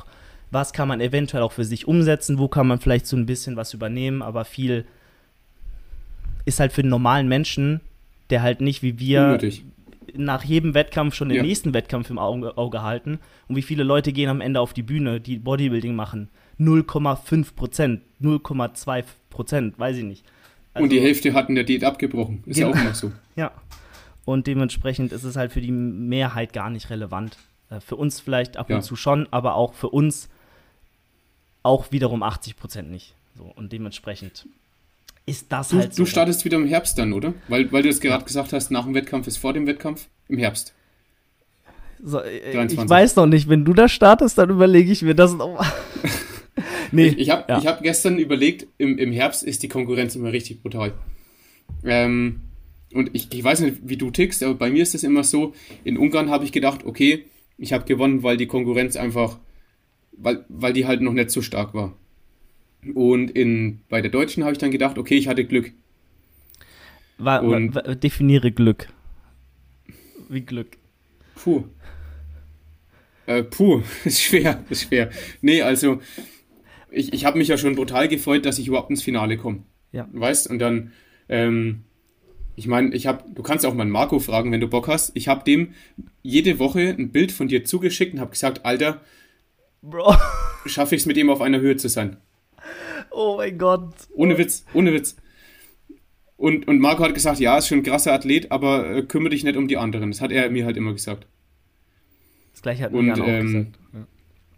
was kann man eventuell auch für sich umsetzen, wo kann man vielleicht so ein bisschen was übernehmen, aber viel ist halt für den normalen Menschen, der halt nicht wie wir unnötig. Nach jedem Wettkampf schon den Ja. nächsten Wettkampf im Auge, Auge halten. Und wie viele Leute gehen am Ende auf die Bühne, die Bodybuilding machen? null Komma fünf Prozent, null Komma zwei Prozent, weiß ich nicht. Also, und die Hälfte hatten der Diät abgebrochen. Ist Genau. ja auch immer so. Ja. Und dementsprechend ist es halt für die Mehrheit gar nicht relevant. Äh, für uns vielleicht ab Ja. und zu schon, aber auch für uns auch wiederum achtzig Prozent nicht. So, und dementsprechend ist das Du, halt so. du startest wieder im Herbst dann, oder? Weil, weil du jetzt gerade gesagt hast, nach dem Wettkampf ist vor dem Wettkampf. Im Herbst. So, äh, ich dreiundzwanzig. weiß noch nicht, wenn du da startest, dann überlege ich mir das nochmal. Nee, Ich, ich habe ja. ich hab gestern überlegt, im, im Herbst ist die Konkurrenz immer richtig brutal. Ähm, und ich, ich weiß nicht, wie du tickst, aber bei mir ist es immer so, in Ungarn habe ich gedacht, okay, ich habe gewonnen, weil die Konkurrenz einfach, weil, weil die halt noch nicht so stark war. Und in, bei der Deutschen habe ich dann gedacht, okay, ich hatte Glück. Wa- wa- und- wa- definiere Glück. Wie Glück? Puh. Äh, puh, ist schwer, ist schwer. Nee, also, ich, ich habe mich ja schon brutal gefreut, dass ich überhaupt ins Finale komme. Ja. Weißt? Und dann, ähm, ich meine, ich habe, du kannst auch mal Marco fragen, wenn du Bock hast. Ich habe dem jede Woche ein Bild von dir zugeschickt und habe gesagt, Alter, Bro, schaffe ich es mit ihm auf einer Höhe zu sein. oh mein Gott. Ohne Witz, ohne Witz. Und, und Marco hat gesagt, ja, ist schon ein krasser Athlet, aber äh, kümmere dich nicht um die anderen. Das hat er mir halt immer gesagt. Das gleiche hat Und, mir auch ähm, gesagt. Ja.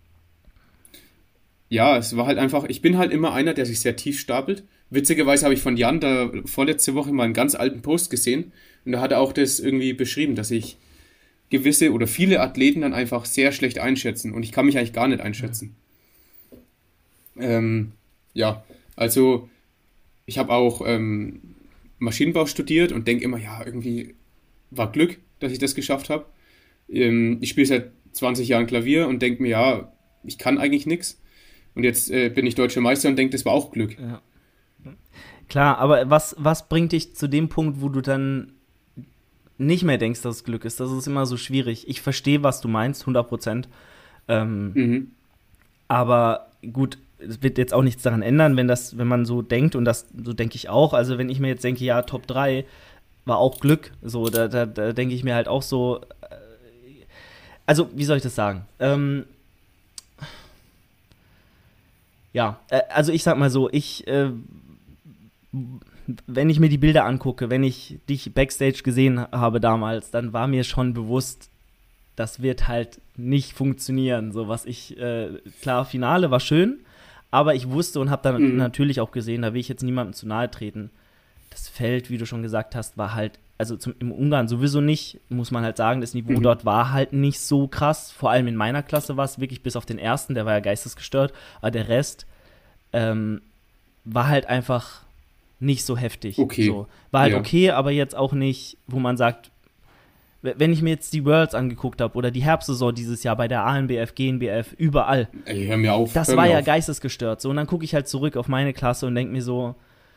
Ja, es war halt einfach, ich bin halt immer einer, der sich sehr tief stapelt. Witzigerweise habe ich von Jan da vorletzte Woche mal einen ganz alten Post gesehen und da hat er auch das irgendwie beschrieben, dass ich gewisse oder viele Athleten dann einfach sehr schlecht einschätzen und ich kann mich eigentlich gar nicht einschätzen. Ähm, ja, also ich habe auch ähm, Maschinenbau studiert und denke immer, ja, irgendwie war Glück, dass ich das geschafft habe. Ähm, ich spiele seit zwanzig Jahren Klavier und denke mir, ja, ich kann eigentlich nichts. Und jetzt äh, bin ich deutscher Meister und denke, das war auch Glück. Ja. Klar, aber was, was bringt dich zu dem Punkt, wo du dann nicht mehr denkst, dass es Glück ist? Das ist immer so schwierig. Ich verstehe, was du meinst, hundert Prozent. Ähm, Mhm. Aber gut, es wird jetzt auch nichts daran ändern, wenn das, wenn man so denkt, und das so denke ich auch. Also wenn ich mir jetzt denke, ja, Top drei war auch Glück, so, da, da, da denke ich mir halt auch so, äh, also, wie soll ich das sagen? Ähm, ja, äh, also ich sag mal so, ich, äh, wenn ich mir die Bilder angucke, wenn ich dich Backstage gesehen habe damals, dann war mir schon bewusst, das wird halt nicht funktionieren. So was ich, äh, klar, Finale war schön, aber ich wusste und habe dann Mhm. natürlich auch gesehen, da will ich jetzt niemandem zu nahe treten. Das Feld, wie du schon gesagt hast, war halt, also zum, im Ungarn sowieso nicht, muss man halt sagen, das Niveau Mhm. dort war halt nicht so krass. Vor allem in meiner Klasse war es wirklich bis auf den ersten, der war ja geistesgestört, aber der Rest ähm, war halt einfach nicht so heftig. Okay. So. War halt Ja. okay, aber jetzt auch nicht, wo man sagt, w- wenn ich mir jetzt die Worlds angeguckt habe oder die Herbstsaison dieses Jahr bei der A N B F, G N B F, überall, Ey, hör mir auf. das hör war mir ja auf. geistesgestört. So, und dann gucke ich halt zurück auf meine Klasse und denke mir so,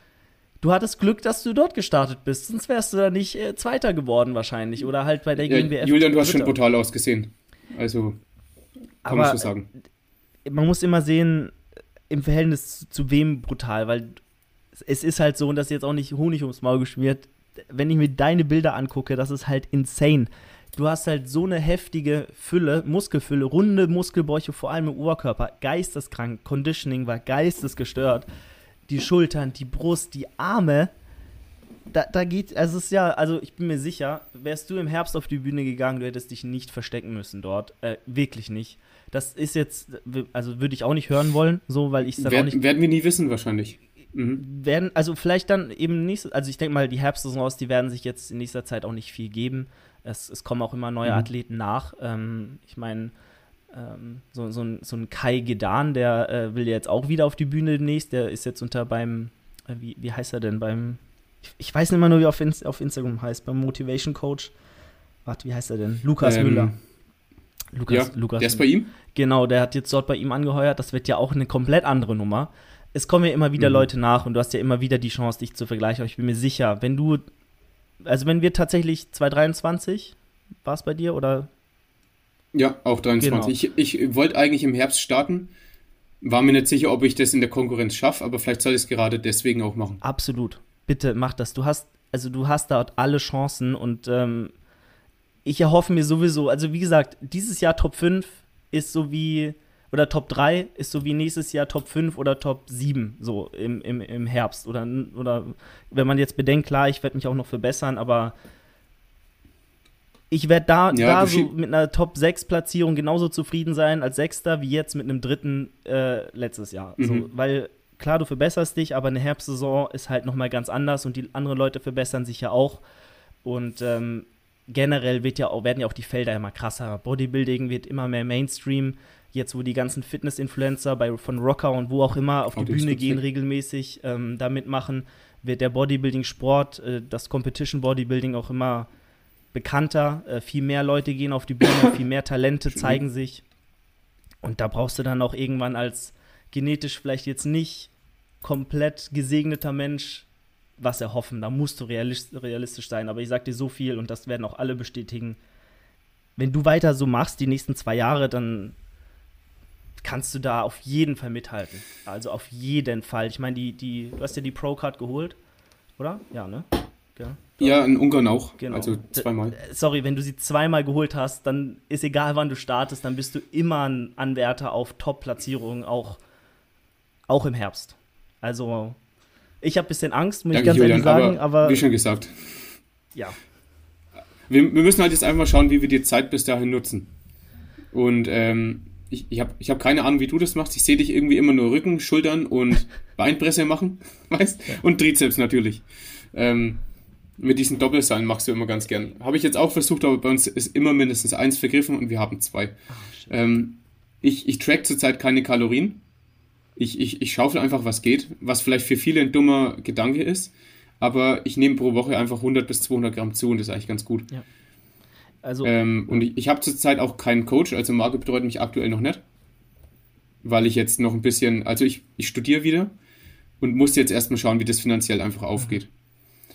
du hattest Glück, dass du dort gestartet bist, sonst wärst du da nicht äh, Zweiter geworden wahrscheinlich oder halt bei der Ja, G N B F. Julian, du hast schon Dritter. brutal ausgesehen. Also, kann man Aber so sagen. man muss immer sehen, im Verhältnis zu, zu wem brutal, weil es ist halt so, und das ist jetzt auch nicht Honig ums Maul geschmiert, wenn ich mir deine Bilder angucke, das ist halt insane. Du hast halt so eine heftige Fülle, Muskelfülle, runde Muskelbäuche, vor allem im Oberkörper, geisteskrank, Conditioning war geistesgestört, die Schultern, die Brust, die Arme, da, da geht, also es ist ja, also ich bin mir sicher, wärst du im Herbst auf die Bühne gegangen, du hättest dich nicht verstecken müssen dort, äh, wirklich nicht. Das ist jetzt, also würde ich auch nicht hören wollen, so, weil ich es dann auch Werd, nicht werden wir nie wissen, wahrscheinlich. Mhm. werden, also vielleicht dann eben nicht, also ich denke mal, die Herbstsaisons, die werden sich jetzt in nächster Zeit auch nicht viel geben. Es, es kommen auch immer neue Mhm. Athleten nach. Ähm, ich meine, ähm, so, so, ein, so ein Kai Gedan, der äh, will ja jetzt auch wieder auf die Bühne demnächst. Der ist jetzt unter beim, äh, wie, wie heißt er denn, beim, ich, ich weiß nicht mal nur, wie er auf, Inst- auf Instagram heißt, beim Motivation Coach. Warte, wie heißt er denn? Lukas Ähm, Müller. Lukas, Ja, Lukas der ist bei ihm? Genau, der hat jetzt dort bei ihm angeheuert. Das wird ja auch eine komplett andere Nummer. Es kommen ja immer wieder Mhm. Leute nach und du hast ja immer wieder die Chance, dich zu vergleichen. Aber ich bin mir sicher, wenn du, also wenn wir tatsächlich zwanzig dreiundzwanzig, war es bei dir oder Ja, auch dreiundzwanzig. Genau. Ich, ich wollte eigentlich im Herbst starten, war mir nicht sicher, ob ich das in der Konkurrenz schaffe, aber vielleicht soll ich es gerade deswegen auch machen. Absolut. Bitte mach das. Du hast, also du hast dort alle Chancen und ähm, ich erhoffe mir sowieso, also wie gesagt, dieses Jahr Top fünf ist so wie, oder Top drei ist so wie nächstes Jahr Top fünf oder Top sieben, so im, im, im Herbst. Oder, oder wenn man jetzt bedenkt, klar, ich werde mich auch noch verbessern, aber ich werde da, ja, da so mit einer Top sechs Platzierung genauso zufrieden sein als Sechster wie jetzt mit einem dritten äh, letztes Jahr. Mhm. So, weil klar, du verbesserst dich, aber eine Herbstsaison ist halt nochmal ganz anders und die anderen Leute verbessern sich ja auch. Und ähm, generell wird ja auch, werden ja auch die Felder immer krasser. Bodybuilding wird immer mehr Mainstream. Jetzt, wo die ganzen Fitness-Influencer bei, von Rocker und wo auch immer auf die oh, Bühne gehen regelmäßig, ähm, da mitmachen, wird der Bodybuilding-Sport, äh, das Competition-Bodybuilding auch immer bekannter, äh, viel mehr Leute gehen auf die Bühne, viel mehr Talente zeigen sich und da brauchst du dann auch irgendwann als genetisch vielleicht jetzt nicht komplett gesegneter Mensch was erhoffen, da musst du realistisch sein, aber ich sag dir so viel und das werden auch alle bestätigen, wenn du weiter so machst die nächsten zwei Jahre, dann kannst du da auf jeden Fall mithalten, also auf jeden Fall, ich meine, die, die, du hast ja die Pro-Card geholt, oder? Ja, ne? Ja. Ja, in Ungarn auch, genau. Also zweimal. Sorry, wenn du sie zweimal geholt hast, dann ist egal, wann du startest, dann bist du immer ein Anwärter auf Top-Platzierungen, auch, auch im Herbst. Also, ich habe ein bisschen Angst, muss Danke, ich ganz Julian, ehrlich sagen, aber, aber wie schon gesagt. Ja. Wir, wir müssen halt jetzt einfach mal schauen, wie wir die Zeit bis dahin nutzen. Und ähm, ich, ich habe ich hab keine Ahnung, wie du das machst. Ich sehe dich irgendwie immer nur Rücken, Schultern und Beinpresse machen, weißt? Ja. Und Trizeps natürlich. Ähm, mit diesen Doppelseilen machst du immer ganz gern. Habe ich jetzt auch versucht, aber bei uns ist immer mindestens eins vergriffen und wir haben zwei. Oh, ähm, ich ich track zurzeit keine Kalorien. Ich, ich, ich schaufel einfach, was geht, was vielleicht für viele ein dummer Gedanke ist, aber ich nehme pro Woche einfach hundert bis zweihundert Gramm zu und das ist eigentlich ganz gut. Ja. Also, ähm, und ich, ich habe zurzeit auch keinen Coach, also Marco betreut mich aktuell noch nicht, weil ich jetzt noch ein bisschen, also ich, ich studiere wieder und muss jetzt erstmal schauen, wie das finanziell einfach aufgeht. Mhm.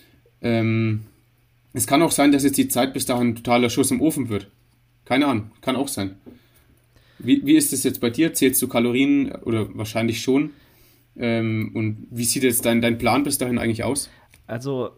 Ähm, es kann auch sein, dass jetzt die Zeit bis dahin ein totaler Schuss im Ofen wird. Keine Ahnung, kann auch sein. Wie, wie ist es jetzt bei dir? Zählst du Kalorien oder wahrscheinlich schon? Ähm, und wie sieht jetzt dein, dein Plan bis dahin eigentlich aus? Also,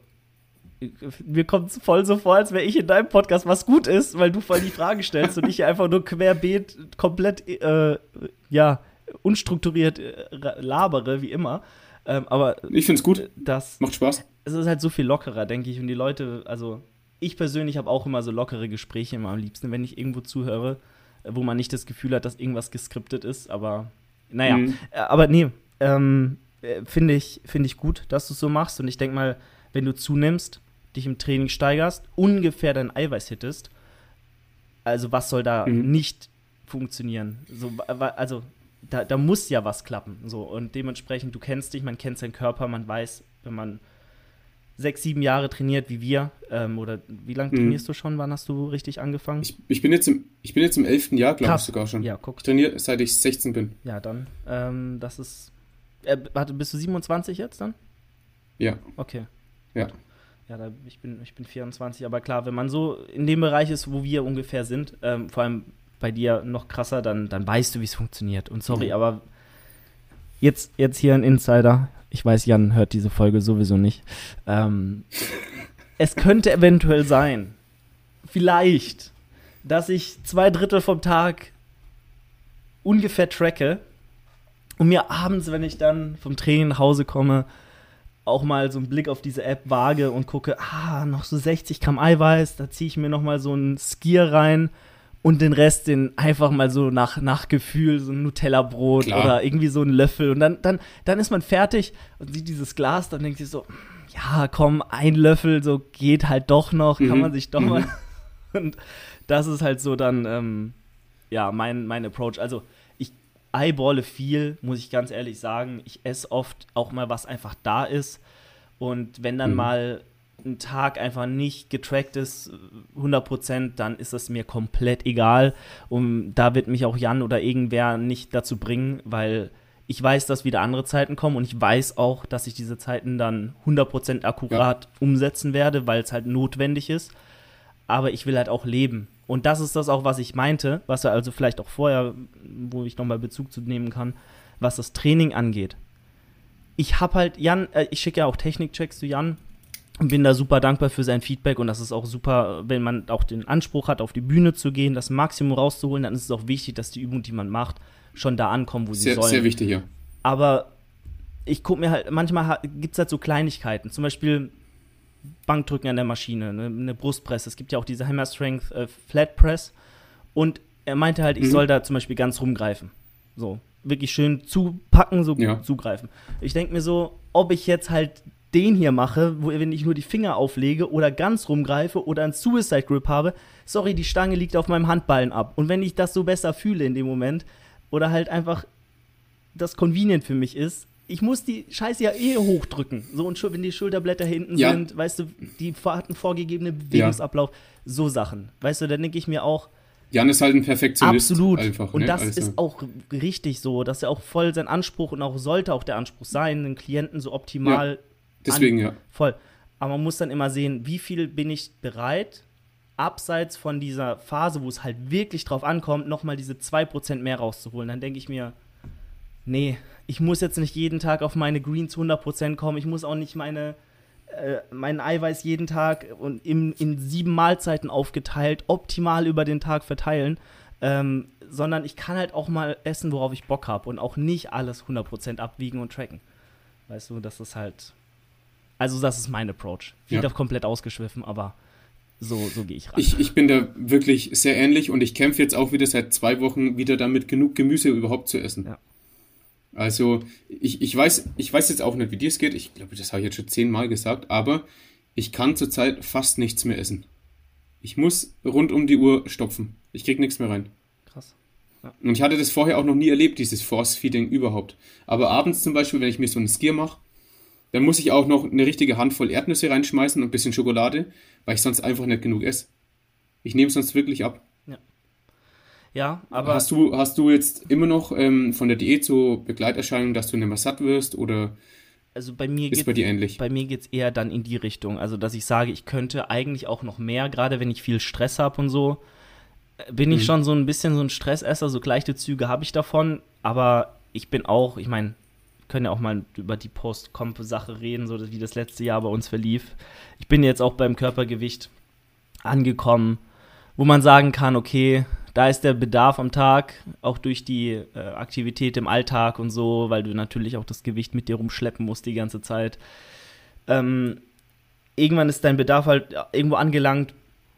mir kommt es voll so vor, als wäre ich in deinem Podcast, was gut ist, weil du voll die Fragen stellst und ich einfach nur querbeet komplett, äh, ja, unstrukturiert äh, labere, wie immer. Ähm, aber ich finde es gut. Das, macht Spaß. Es ist halt so viel lockerer, denke ich. Und die Leute, also ich persönlich habe auch immer so lockere Gespräche immer am liebsten, wenn ich irgendwo zuhöre, wo man nicht das Gefühl hat, dass irgendwas geskriptet ist. Aber naja, mhm. äh, aber nee, ähm, äh, finde ich, find ich gut, dass du es so machst. Und ich denke mal, wenn du zunimmst, dich im Training steigerst, ungefähr dein Eiweiß hittest, also was soll da mhm. nicht funktionieren? So, also Da, da muss ja was klappen. So. Und dementsprechend, du kennst dich, man kennt seinen Körper, man weiß, wenn man sechs, sieben Jahre trainiert wie wir, ähm, oder wie lange mhm. trainierst du schon? Wann hast du richtig angefangen? Ich, ich, bin, jetzt im, ich bin jetzt im elften Jahr, glaube ich sogar schon. Ja, guck. Ich trainiere, seit ich sechzehn bin. Ja, dann, ähm, das ist, äh, warte, bist du siebenundzwanzig jetzt dann? Ja. Okay. Ja. Gut. Ja, da, ich, bin, ich bin vierundzwanzig, aber klar, wenn man so in dem Bereich ist, wo wir ungefähr sind, ähm, vor allem bei dir noch krasser, dann, dann weißt du, wie es funktioniert. Und sorry, mhm. aber jetzt, jetzt hier ein Insider. Ich weiß, Jan hört diese Folge sowieso nicht. Ähm, es könnte eventuell sein, vielleicht, dass ich zwei Drittel vom Tag ungefähr tracke und mir abends, wenn ich dann vom Training nach Hause komme, auch mal so einen Blick auf diese App wage und gucke, ah, noch so sechzig Gramm Eiweiß, da ziehe ich mir noch mal so einen Skier rein. Und den Rest, den einfach mal so nach, nach Gefühl, so ein Nutella-Brot Klar. oder irgendwie so ein Löffel. Und dann, dann, dann ist man fertig und sieht dieses Glas, dann denkt sich so, ja, komm, ein Löffel, so geht halt doch noch, mhm. kann man sich doch mhm. mal. Und das ist halt so dann, ähm, ja, mein, mein Approach. Also ich eyeballe viel, muss ich ganz ehrlich sagen. Ich esse oft auch mal, was einfach da ist. Und wenn dann mhm. mal ein Tag einfach nicht getrackt ist, hundert Prozent, dann ist es mir komplett egal. Und da wird mich auch Jan oder irgendwer nicht dazu bringen, weil ich weiß, dass wieder andere Zeiten kommen und ich weiß auch, dass ich diese Zeiten dann hundert Prozent akkurat ja. umsetzen werde, weil es halt notwendig ist. Aber ich will halt auch leben. Und das ist das auch, was ich meinte, was er also vielleicht auch vorher, wo ich nochmal Bezug zu nehmen kann, was das Training angeht. Ich habe halt, Jan, äh, ich schicke ja auch Technikchecks zu Jan und bin da super dankbar für sein Feedback und das ist auch super, wenn man auch den Anspruch hat, auf die Bühne zu gehen, das Maximum rauszuholen, dann ist es auch wichtig, dass die Übungen, die man macht, schon da ankommen, wo sie sehr, sollen. Sehr wichtig, ja. Aber ich gucke mir halt, manchmal gibt es halt so Kleinigkeiten, zum Beispiel Bankdrücken an der Maschine, ne, eine Brustpresse. Es gibt ja auch diese Hammer Strength äh, Flat Press. Und er meinte halt, ich mhm. soll da zum Beispiel ganz rumgreifen. So, wirklich schön zupacken, so ja. zugreifen. Ich denke mir so, ob ich jetzt halt den hier mache, wo wenn ich nur die Finger auflege oder ganz rumgreife oder einen Suicide Grip habe, sorry, die Stange liegt auf meinem Handballen ab. Und wenn ich das so besser fühle in dem Moment oder halt einfach das convenient für mich ist, ich muss die Scheiße ja eh hochdrücken. So, und wenn die Schulterblätter hinten ja. sind, weißt du, die hat einen vorgegebenen Bewegungsablauf. Ja. So Sachen. Weißt du, dann denke ich mir auch, Jan ist halt ein Perfektionist. Absolut. Einfach, und ne? das also. ist auch richtig so. Das ist ja auch voll sein Anspruch und auch sollte auch der Anspruch sein, den Klienten so optimal. Ja, deswegen, an- ja. Voll. Aber man muss dann immer sehen, wie viel bin ich bereit, abseits von dieser Phase, wo es halt wirklich drauf ankommt, nochmal diese zwei Prozent mehr rauszuholen. Dann denke ich mir, nee, ich muss jetzt nicht jeden Tag auf meine Greens hundert Prozent kommen. Ich muss auch nicht meine, äh, meinen Eiweiß jeden Tag und in, in sieben Mahlzeiten aufgeteilt, optimal über den Tag verteilen, ähm, sondern ich kann halt auch mal essen, worauf ich Bock habe und auch nicht alles hundert Prozent abwiegen und tracken. Weißt du, das ist halt, also das ist mein Approach. Wieder ja. komplett ausgeschwiffen, aber so, so gehe ich ran. Ich, ich bin da wirklich sehr ähnlich und ich kämpfe jetzt auch wieder seit zwei Wochen wieder damit, genug Gemüse überhaupt zu essen. Ja. Also, ich, ich, weiß, ich weiß jetzt auch nicht, wie dir es geht. Ich glaube, das habe ich jetzt schon zehnmal gesagt. Aber ich kann zurzeit fast nichts mehr essen. Ich muss rund um die Uhr stopfen. Ich kriege nichts mehr rein. Krass. Ja. Und ich hatte das vorher auch noch nie erlebt, dieses Force-Feeding überhaupt. Aber abends zum Beispiel, wenn ich mir so einen Skier mache, dann muss ich auch noch eine richtige Handvoll Erdnüsse reinschmeißen und ein bisschen Schokolade, weil ich sonst einfach nicht genug esse. Ich nehme es sonst wirklich ab. Ja, aber hast du, hast du jetzt immer noch ähm, von der Diät so Begleiterscheinungen, dass du nicht mehr satt wirst oder also bei mir ist bei dir ähnlich? Bei mir geht es eher dann in die Richtung, also dass ich sage, ich könnte eigentlich auch noch mehr, gerade wenn ich viel Stress habe und so, bin ich mhm. schon so ein bisschen so ein Stressesser, so leichte Züge habe ich davon, aber ich bin auch, ich meine, wir können ja auch mal über die Post-Comp-Sache reden, so wie das letzte Jahr bei uns verlief. Ich bin jetzt auch beim Körpergewicht angekommen, wo man sagen kann, okay, da ist der Bedarf am Tag, auch durch die äh, Aktivität im Alltag und so, weil du natürlich auch das Gewicht mit dir rumschleppen musst die ganze Zeit. Ähm, irgendwann ist dein Bedarf halt irgendwo angelangt,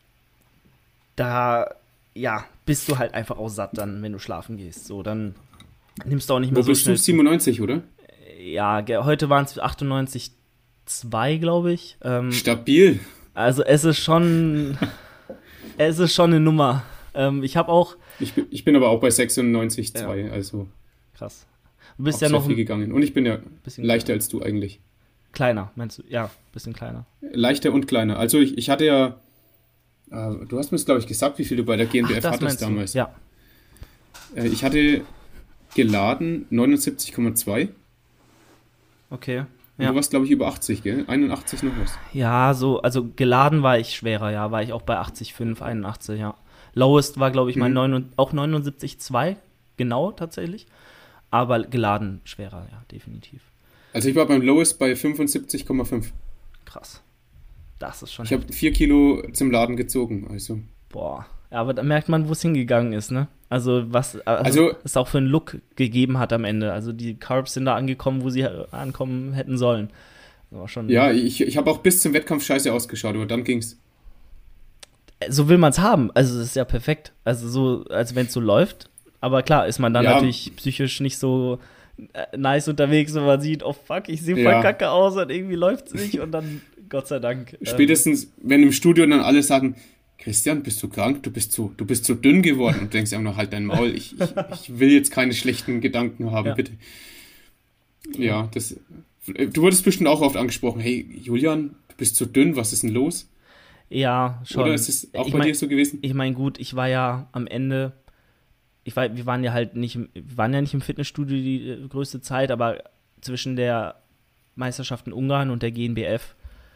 da, ja, bist du halt einfach auch satt dann, wenn du schlafen gehst. So, dann nimmst du auch nicht mehr Wo so bist schnell. Du siebenundneunzig, oder? Ja, ge- heute waren es achtundneunzig Komma zwei, glaube ich. Ähm, Stabil. Also es ist schon, es ist schon eine Nummer. Ähm, ich habe auch. Ich bin, ich bin aber auch bei sechsundneunzig Komma zwei, ja. Also. Krass. Du bist auch ja sehr noch viel gegangen. Und ich bin ja leichter kleiner. als du eigentlich. Kleiner, meinst du? Ja, bisschen kleiner. Leichter und kleiner. Also ich, ich hatte ja. Äh, du hast mir, glaube ich, gesagt, wie viel du bei der G N B F Ach, hattest damals. Du? Ja. Äh, ich hatte geladen neunundsiebzig Komma zwei. Okay. Ja. Du warst, glaube ich, über achtzig, gell? einundachtzig noch was. Ja, so, also geladen war ich schwerer, ja. War ich auch bei achtzig Komma fünf, einundachtzig, ja. Lowest war, glaube ich, mein mhm. neun, auch neunundsiebzig Komma zwei, genau tatsächlich. Aber geladen schwerer, ja, definitiv. Also ich war beim Lowest bei fünfundsiebzig Komma fünf. Krass. Das ist schon Ich habe vier Kilo zum Laden gezogen, also. Boah, ja, aber da merkt man, wo es hingegangen ist, ne? Also was also also, es auch für einen Look gegeben hat am Ende. Also die Carbs sind da angekommen, wo sie ankommen hätten sollen. War schon ja, ich, ich habe auch bis zum Wettkampf scheiße ausgeschaut, aber dann ging's. So will man es haben. Also das ist ja perfekt. Also so, als wenn es so läuft. Aber klar, ist man dann ja. natürlich psychisch nicht so äh, nice unterwegs, wenn man sieht, oh fuck, ich sehe voll ja. kacke aus und irgendwie läuft es nicht und dann, Gott sei Dank. Spätestens, ähm, wenn im Studio dann alle sagen, Christian, bist du krank? Du bist zu, du bist zu dünn geworden. Und du denkst einfach noch, halt dein Maul. Ich, ich, ich will jetzt keine schlechten Gedanken haben, ja. bitte. Ja, das. Du wurdest bestimmt auch oft angesprochen, hey, Julian, du bist zu dünn, was ist denn los? Ja, schon. Oder ist es auch ich bei mein, dir so gewesen? Ich meine, gut, ich war ja am Ende, ich war, wir waren ja halt nicht, wir waren ja nicht im Fitnessstudio die äh, größte Zeit, aber zwischen der Meisterschaft in Ungarn und der G N B F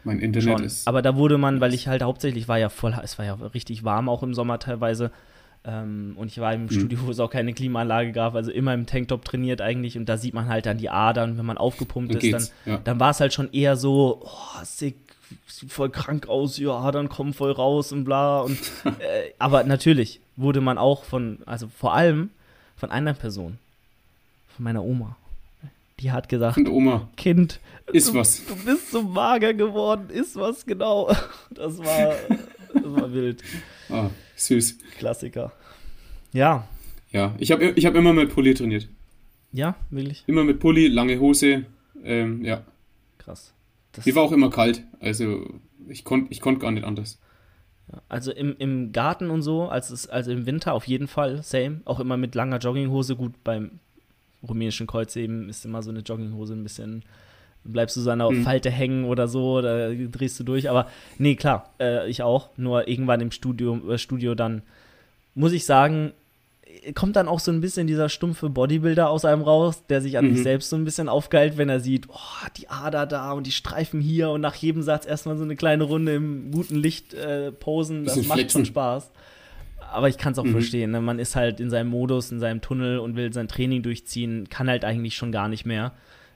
Mein Internet schon. ist... Aber da wurde man, weil ich halt hauptsächlich war ja voll, es war ja richtig warm auch im Sommer teilweise. Ähm, und ich war im mhm. Studio, wo es auch keine Klimaanlage gab, also immer im Tanktop trainiert eigentlich. Und da sieht man halt dann die Adern, wenn man aufgepumpt dann ist, dann, ja. dann war es halt schon eher so, oh, sick, sieht voll krank aus, ja, Adern kommen voll raus und bla. Und, äh, aber natürlich wurde man auch von, also vor allem von einer Person, von meiner Oma. Die hat gesagt, und Oma, Kind, ist du, was. du bist so mager geworden, ist was, genau. Das war, das war wild. Ah, süß. Klassiker. Ja. Ja, ich habe ich hab immer mit Pulli trainiert. Ja, wirklich? Immer mit Pulli, lange Hose, ähm, ja. Krass. Das Die war auch immer kalt, also ich konnte ich konnt gar nicht anders. Ja, also im, im Garten und so, als es, also im Winter auf jeden Fall, same. Auch immer mit langer Jogginghose, gut, beim rumänischen Kreuz eben ist immer so eine Jogginghose ein bisschen, bleibst du so an der mhm. Falte hängen oder so, da drehst du durch, aber nee, klar, äh, ich auch, nur irgendwann im Studio, äh, Studio dann, muss ich sagen, kommt dann auch so ein bisschen dieser stumpfe Bodybuilder aus einem raus, der sich an mhm. sich selbst so ein bisschen aufgeilt, wenn er sieht, oh, die Ader da und die Streifen hier und nach jedem Satz erstmal so eine kleine Runde im guten Licht äh, posen, das macht flexen. Schon Spaß. Aber ich kann es auch mhm. verstehen, ne? Man ist halt in seinem Modus, in seinem Tunnel und will sein Training durchziehen, kann halt eigentlich schon gar nicht mehr.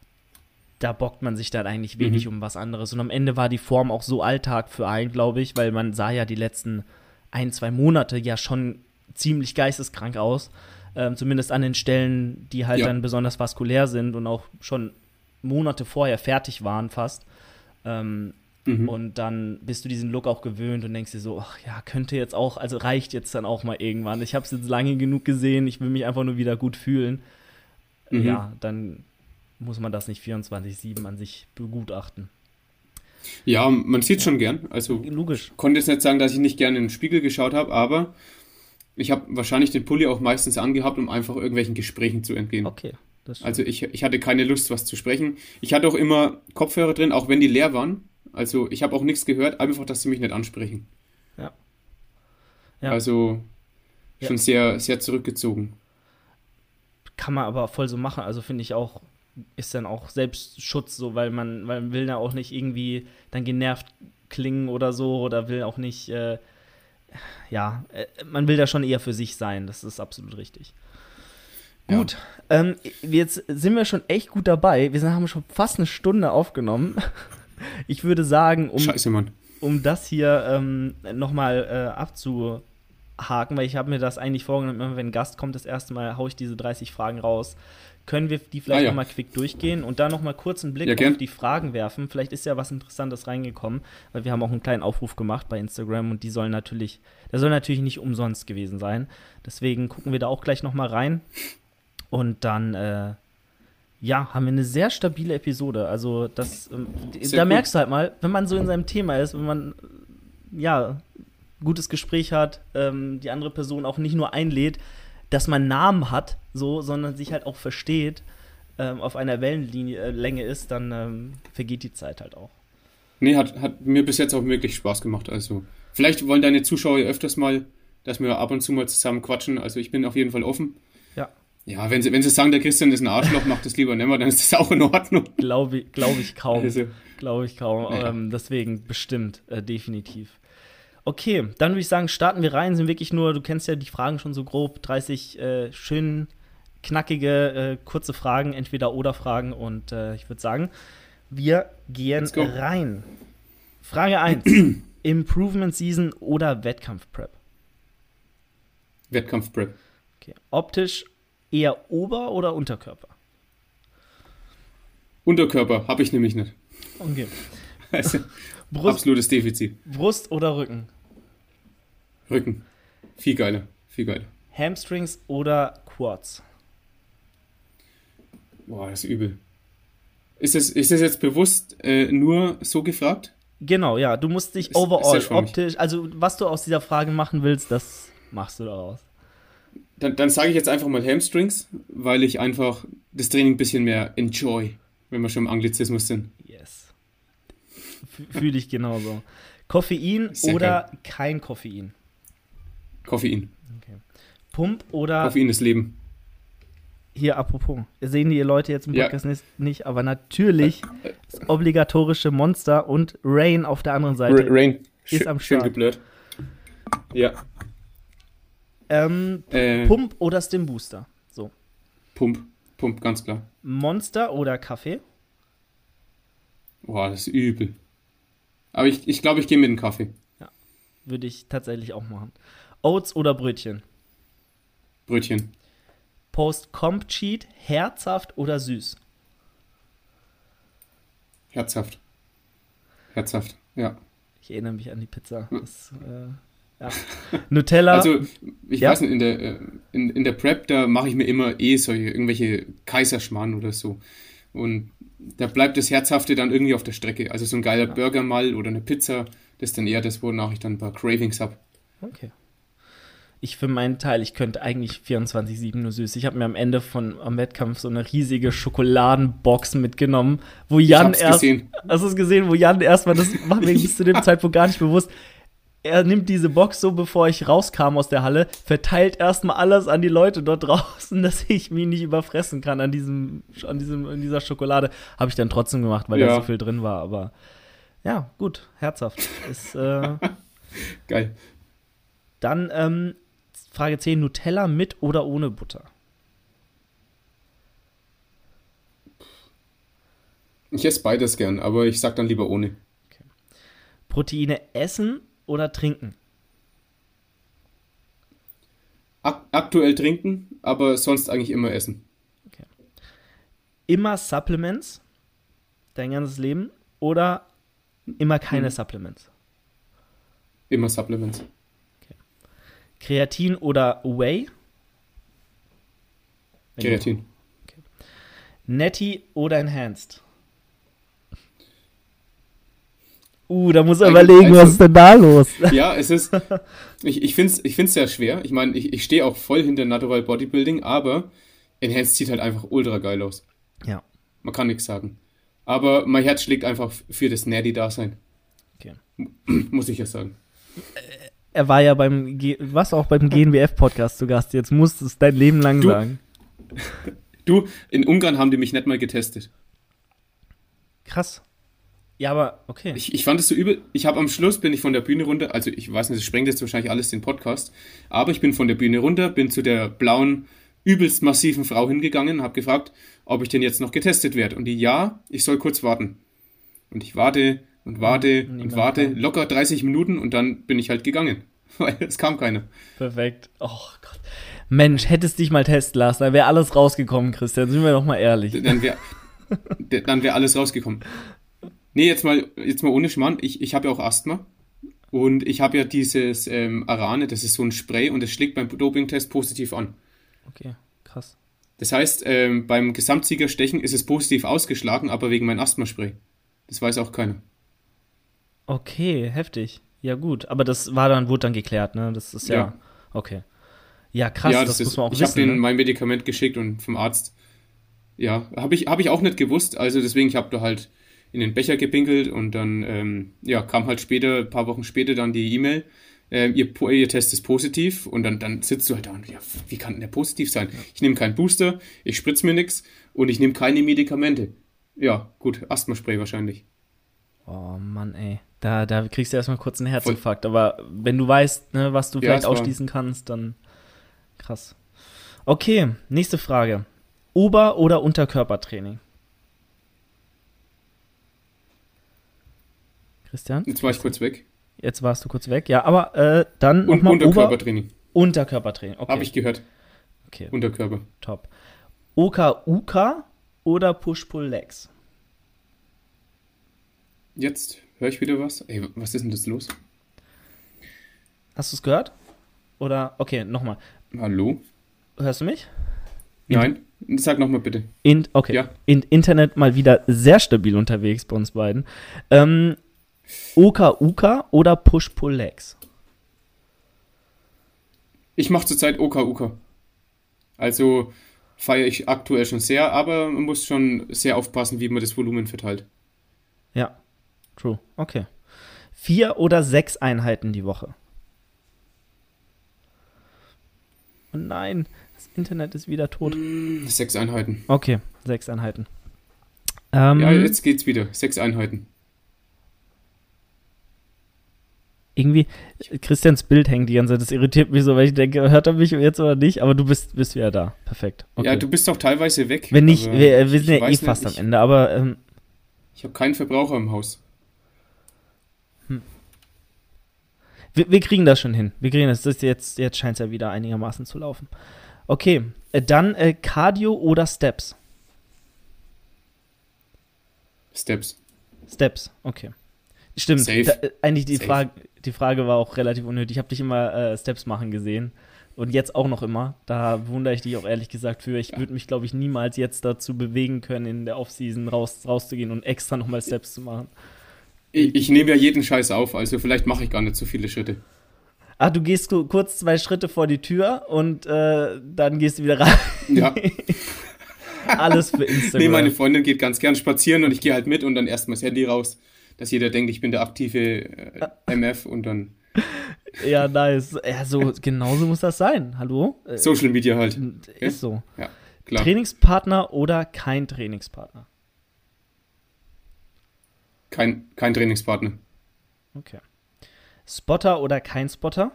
Da bockt man sich dann eigentlich wenig mhm. um was anderes. Und am Ende war die Form auch so Alltag für einen, glaube ich, weil man sah ja die letzten ein, zwei Monate ja schon ziemlich geisteskrank aus. Ähm, zumindest an den Stellen, die halt ja. dann besonders vaskulär sind und auch schon Monate vorher fertig waren fast. Ähm, mhm. Und dann bist du diesen Look auch gewöhnt und denkst dir so, ach ja, könnte jetzt auch, also reicht jetzt dann auch mal irgendwann. Ich habe es jetzt lange genug gesehen, ich will mich einfach nur wieder gut fühlen. Mhm. Ja, dann muss man das nicht vierundzwanzig sieben an sich begutachten. Ja, man sieht schon gern. Also logisch. Ich konnte jetzt nicht sagen, dass ich nicht gerne in den Spiegel geschaut habe, aber ich habe wahrscheinlich den Pulli auch meistens angehabt, um einfach irgendwelchen Gesprächen zu entgehen. Okay. Das also ich, ich hatte keine Lust, was zu sprechen. Ich hatte auch immer Kopfhörer drin, auch wenn die leer waren. Also ich habe auch nichts gehört, einfach, dass sie mich nicht ansprechen. Ja. ja. Also schon ja. sehr, sehr zurückgezogen. Kann man aber voll so machen. Also finde ich auch, ist dann auch Selbstschutz so, weil man, weil man will ja auch nicht irgendwie dann genervt klingen oder so oder will auch nicht, äh, ja, äh, man will da schon eher für sich sein. Das ist absolut richtig. Ja. Gut, ähm, jetzt sind wir schon echt gut dabei. Wir haben schon fast eine Stunde aufgenommen. Ich würde sagen, um, Scheiße, Mann. um das hier ähm, nochmal äh, abzuhaken, weil ich habe mir das eigentlich vorgenommen, immer wenn ein Gast kommt, das erste Mal haue ich diese dreißig Fragen raus. Können wir die vielleicht ah, ja. nochmal quick durchgehen und da nochmal kurz einen Blick ja, auf die Fragen werfen? Vielleicht ist ja was Interessantes reingekommen, weil wir haben auch einen kleinen Aufruf gemacht bei Instagram und die sollen natürlich, der soll natürlich nicht umsonst gewesen sein. Deswegen gucken wir da auch gleich nochmal rein und dann äh, ja, haben wir eine sehr stabile Episode. Also das, ähm, da gut. merkst du halt mal, wenn man so in seinem Thema ist, wenn man ja gutes Gespräch hat, ähm, die andere Person auch nicht nur einlädt, dass man Namen hat, so, sondern sich halt auch versteht, ähm, auf einer Wellenlinie äh, Länge ist, dann ähm, vergeht die Zeit halt auch. Nee, hat, hat mir bis jetzt auch wirklich Spaß gemacht. Also vielleicht wollen deine Zuschauer öfters mal, dass wir ab und zu mal zusammen quatschen. Also ich bin auf jeden Fall offen. Ja. Ja, wenn sie, wenn sie sagen, der Christian ist ein Arschloch, macht das lieber nicht mehr, dann ist das auch in Ordnung. Glaube ich, glaub ich kaum. Also, Glaube ich kaum. Ja. Ähm, deswegen bestimmt, äh, definitiv. Okay, dann würde ich sagen, starten wir rein. Sind wirklich nur, du kennst ja die Fragen schon so grob, dreißig äh, schön knackige, äh, kurze Fragen, entweder oder Fragen. Und äh, ich würde sagen, wir gehen rein. Frage eins. Improvement Season oder Wettkampf-Prep? Wettkampf-Prep. Okay. Optisch eher Ober- oder Unterkörper? Unterkörper, habe ich nämlich nicht. Okay. Also, Brust, absolutes Defizit. Brust oder Rücken? Rücken. Viel geiler, viel geiler. Hamstrings oder Quads? Boah, das ist übel. Ist das, ist das jetzt bewusst äh, nur so gefragt? Genau, ja. Du musst dich ist, overall, ist optisch, also was du aus dieser Frage machen willst, das machst du daraus. Dann, dann sage ich jetzt einfach mal Hamstrings, weil ich einfach das Training ein bisschen mehr enjoy, wenn wir schon im Anglizismus sind. Yes. Fühle ich genauso. Koffein Sehr oder geil. Kein Koffein? Koffein. Okay. Pump oder... Koffein ist Leben. hier apropos, sehen die Leute jetzt im Ja. Podcast nicht, nicht, aber natürlich das obligatorische Monster und Rain auf der anderen Seite Ra- Rain, ist schön, am schön Start. geblurrt. Ja, Ähm, äh, Pump oder Stim Booster? So. Pump, Pump, ganz klar. Monster oder Kaffee? Boah, das ist übel. Aber ich glaube, ich, glaub, ich gehe mit dem Kaffee. Würde ich tatsächlich auch machen. Oats oder Brötchen? Brötchen. Post-Comp-Cheat, herzhaft oder süß? Herzhaft. Herzhaft, ja. Ich erinnere mich an die Pizza. Das, äh, ja. Nutella. Also, ich Ja? weiß nicht, in der, äh, in, in der Prep, da mache ich mir immer eh solche, irgendwelche Kaiserschmarrn oder so. Und da bleibt das Herzhafte dann irgendwie auf der Strecke. Also so ein geiler Burger mal oder eine Pizza, das ist dann eher das, wonach ich dann ein paar Cravings habe. Okay. Ich für meinen Teil, ich könnte eigentlich vierundzwanzig sieben nur süß. Ich habe mir am Ende von am Wettkampf so eine riesige Schokoladenbox mitgenommen, wo Jan hab's erst. gesehen. Hast du es gesehen, wo Jan erstmal, das war mir bis zu dem Zeitpunkt gar nicht bewusst. Er nimmt diese Box so, bevor ich rauskam aus der Halle, verteilt erstmal alles an die Leute dort draußen, dass ich mich nicht überfressen kann an diesem, an diesem, in dieser Schokolade. Habe ich dann trotzdem gemacht, weil Ja. da so viel drin war. Aber ja, gut, herzhaft. Ist, äh, Geil. dann ähm, Frage zehn, Nutella mit oder ohne Butter? Ich esse beides gern, aber ich sag dann lieber ohne. Proteine essen oder trinken? Ak aktuell trinken, aber sonst eigentlich immer essen. Immer Supplements, dein ganzes Leben, oder immer keine Hm. Supplements? Immer Supplements. Kreatin oder Whey? Wenn du- Kreatin. Netty oder Enhanced? Uh, da muss er Eigentlich- überlegen, also- was ist denn da los? Ja, es ist, ich, ich finde es ich find's sehr schwer. Ich meine, ich, ich stehe auch voll hinter Natural Bodybuilding, aber Enhanced sieht halt einfach ultra geil aus. Ja, Man kann nichts sagen. Aber mein Herz schlägt einfach für das Nerdy-Dasein. okay. Muss ich ja sagen. Er war ja beim, G was auch beim G N B F-Podcast zu Gast. Jetzt musst du es dein Leben lang Du- sagen. Du, in Ungarn haben die mich nicht mal getestet. Krass. Ja, aber okay. Ich, ich fand es so übel. Ich habe am Schluss, bin ich von der Bühne runter, also ich weiß nicht, es sprengt jetzt wahrscheinlich alles den Podcast, aber ich bin von der Bühne runter, bin zu der blauen, übelst massiven Frau hingegangen, habe gefragt, ob ich denn jetzt noch getestet werde. Und die, ja, ich soll kurz warten. Und ich warte und warte Niemand und warte, kam. locker dreißig Minuten und dann bin ich halt gegangen. Weil es kam keiner. Perfekt. Oh Gott. Mensch, hättest dich mal testen lassen, da wäre alles rausgekommen, Christian. Sind wir doch mal ehrlich. Dann wäre dann wär alles rausgekommen. Nee, jetzt mal, jetzt mal ohne Schmarrn. Ich, ich habe ja auch Asthma. Und ich habe ja dieses ähm, Arane, das ist so ein Spray und es schlägt beim Dopingtest positiv an. Okay, krass. Das heißt, ähm, beim Gesamtsiegerstechen ist es positiv ausgeschlagen, aber wegen meinem Asthmaspray. Das weiß auch keiner. Okay, heftig. Ja, gut. Aber das war dann, wurde dann geklärt, ne? Das ist ja. Ja. Okay. Ja, krass, ja, das, das, muss ist, man auch ich habe wissen. denen Ne? mein Medikament geschickt und vom Arzt. Ja, habe ich, hab ich auch nicht gewusst. Also deswegen, ich habe da halt in den Becher gepinkelt und dann ähm, ja, kam halt später, ein paar Wochen später dann die E-Mail, äh, ihr, ihr Test ist positiv und dann, dann sitzt du halt da und ja, wie kann denn der positiv sein? Ich nehme keinen Booster, ich spritze mir nichts und ich nehme keine Medikamente. Ja, gut, Asthmaspray wahrscheinlich. Oh Mann, ey. Da, da kriegst du erstmal kurz einen Herzinfarkt. Aber wenn du weißt, ne, was du Ja, vielleicht es war- ausschließen kannst, dann krass. Okay, nächste Frage. Ober- oder Unterkörpertraining? Christian? Jetzt war ich kurz weg. Jetzt warst du kurz weg. Ja, aber äh, dann Und nochmal Ober- Unterkörpertraining, Unterkörpertraining. Okay, habe ich gehört. okay, Unterkörper. top. Oka-Uka oder Push-Pull-Legs? Jetzt höre ich wieder was. Ey, was ist denn das los? Hast du es gehört? Oder, okay, nochmal. Hallo? Hörst du mich? Nein? Sag nochmal bitte. In, okay, Ja. in, Internet mal wieder sehr stabil unterwegs bei uns beiden. Ähm, Oka-Uka oder Push-Pull-Legs? Ich mache zurzeit Oka Uka. Also feiere ich aktuell schon sehr, aber man muss schon sehr aufpassen, wie man das Volumen verteilt. Ja, true. Okay. Vier oder sechs Einheiten die Woche? Oh nein, Das Internet ist wieder tot. Sechs Einheiten. Okay, sechs Einheiten. Ähm, ja, jetzt geht's wieder. Sechs Einheiten. Irgendwie, Christians Bild hängt die ganze Zeit. Das irritiert mich so, weil ich denke, hört er mich jetzt oder nicht? Aber du bist, bist wieder da. Perfekt. Okay. Ja, du bist doch teilweise weg. Wenn nicht, wir, wir sind ja eh nicht, fast ich, am Ende, aber... Ähm, ich habe keinen Verbraucher im Haus. Hm. Wir, wir kriegen das schon hin. Wir kriegen das. das ist jetzt jetzt scheint es ja wieder einigermaßen zu laufen. Okay, äh, dann äh, Cardio oder Steps? Steps. Steps, okay. Stimmt, Safe. Da, äh, eigentlich die Safe. Frage, die Frage war auch relativ unnötig. Ich habe dich immer äh, Steps machen gesehen und jetzt auch noch immer. Da wundere ich dich auch ehrlich gesagt für. Ich Ja. würde mich, glaube ich, niemals jetzt dazu bewegen können, in der Offseason raus, rauszugehen und extra nochmal Steps zu machen. Ich, ich nehme ja jeden Scheiß auf, also vielleicht mache ich gar nicht so viele Schritte. Ach, du gehst ku- kurz zwei Schritte vor die Tür und äh, dann gehst du wieder rein. Ja. Alles für Instagram. Nee, meine Freundin geht ganz gern spazieren und ich gehe halt mit und dann erstmal das Handy raus, dass jeder denkt, ich bin der aktive äh, M F und dann Ja, nice. Ja, so, genauso muss das sein. Hallo? Äh, Social Media halt. Ist so. Ja, klar. Trainingspartner oder kein Trainingspartner? Kein, kein Trainingspartner. Okay. Spotter oder kein Spotter?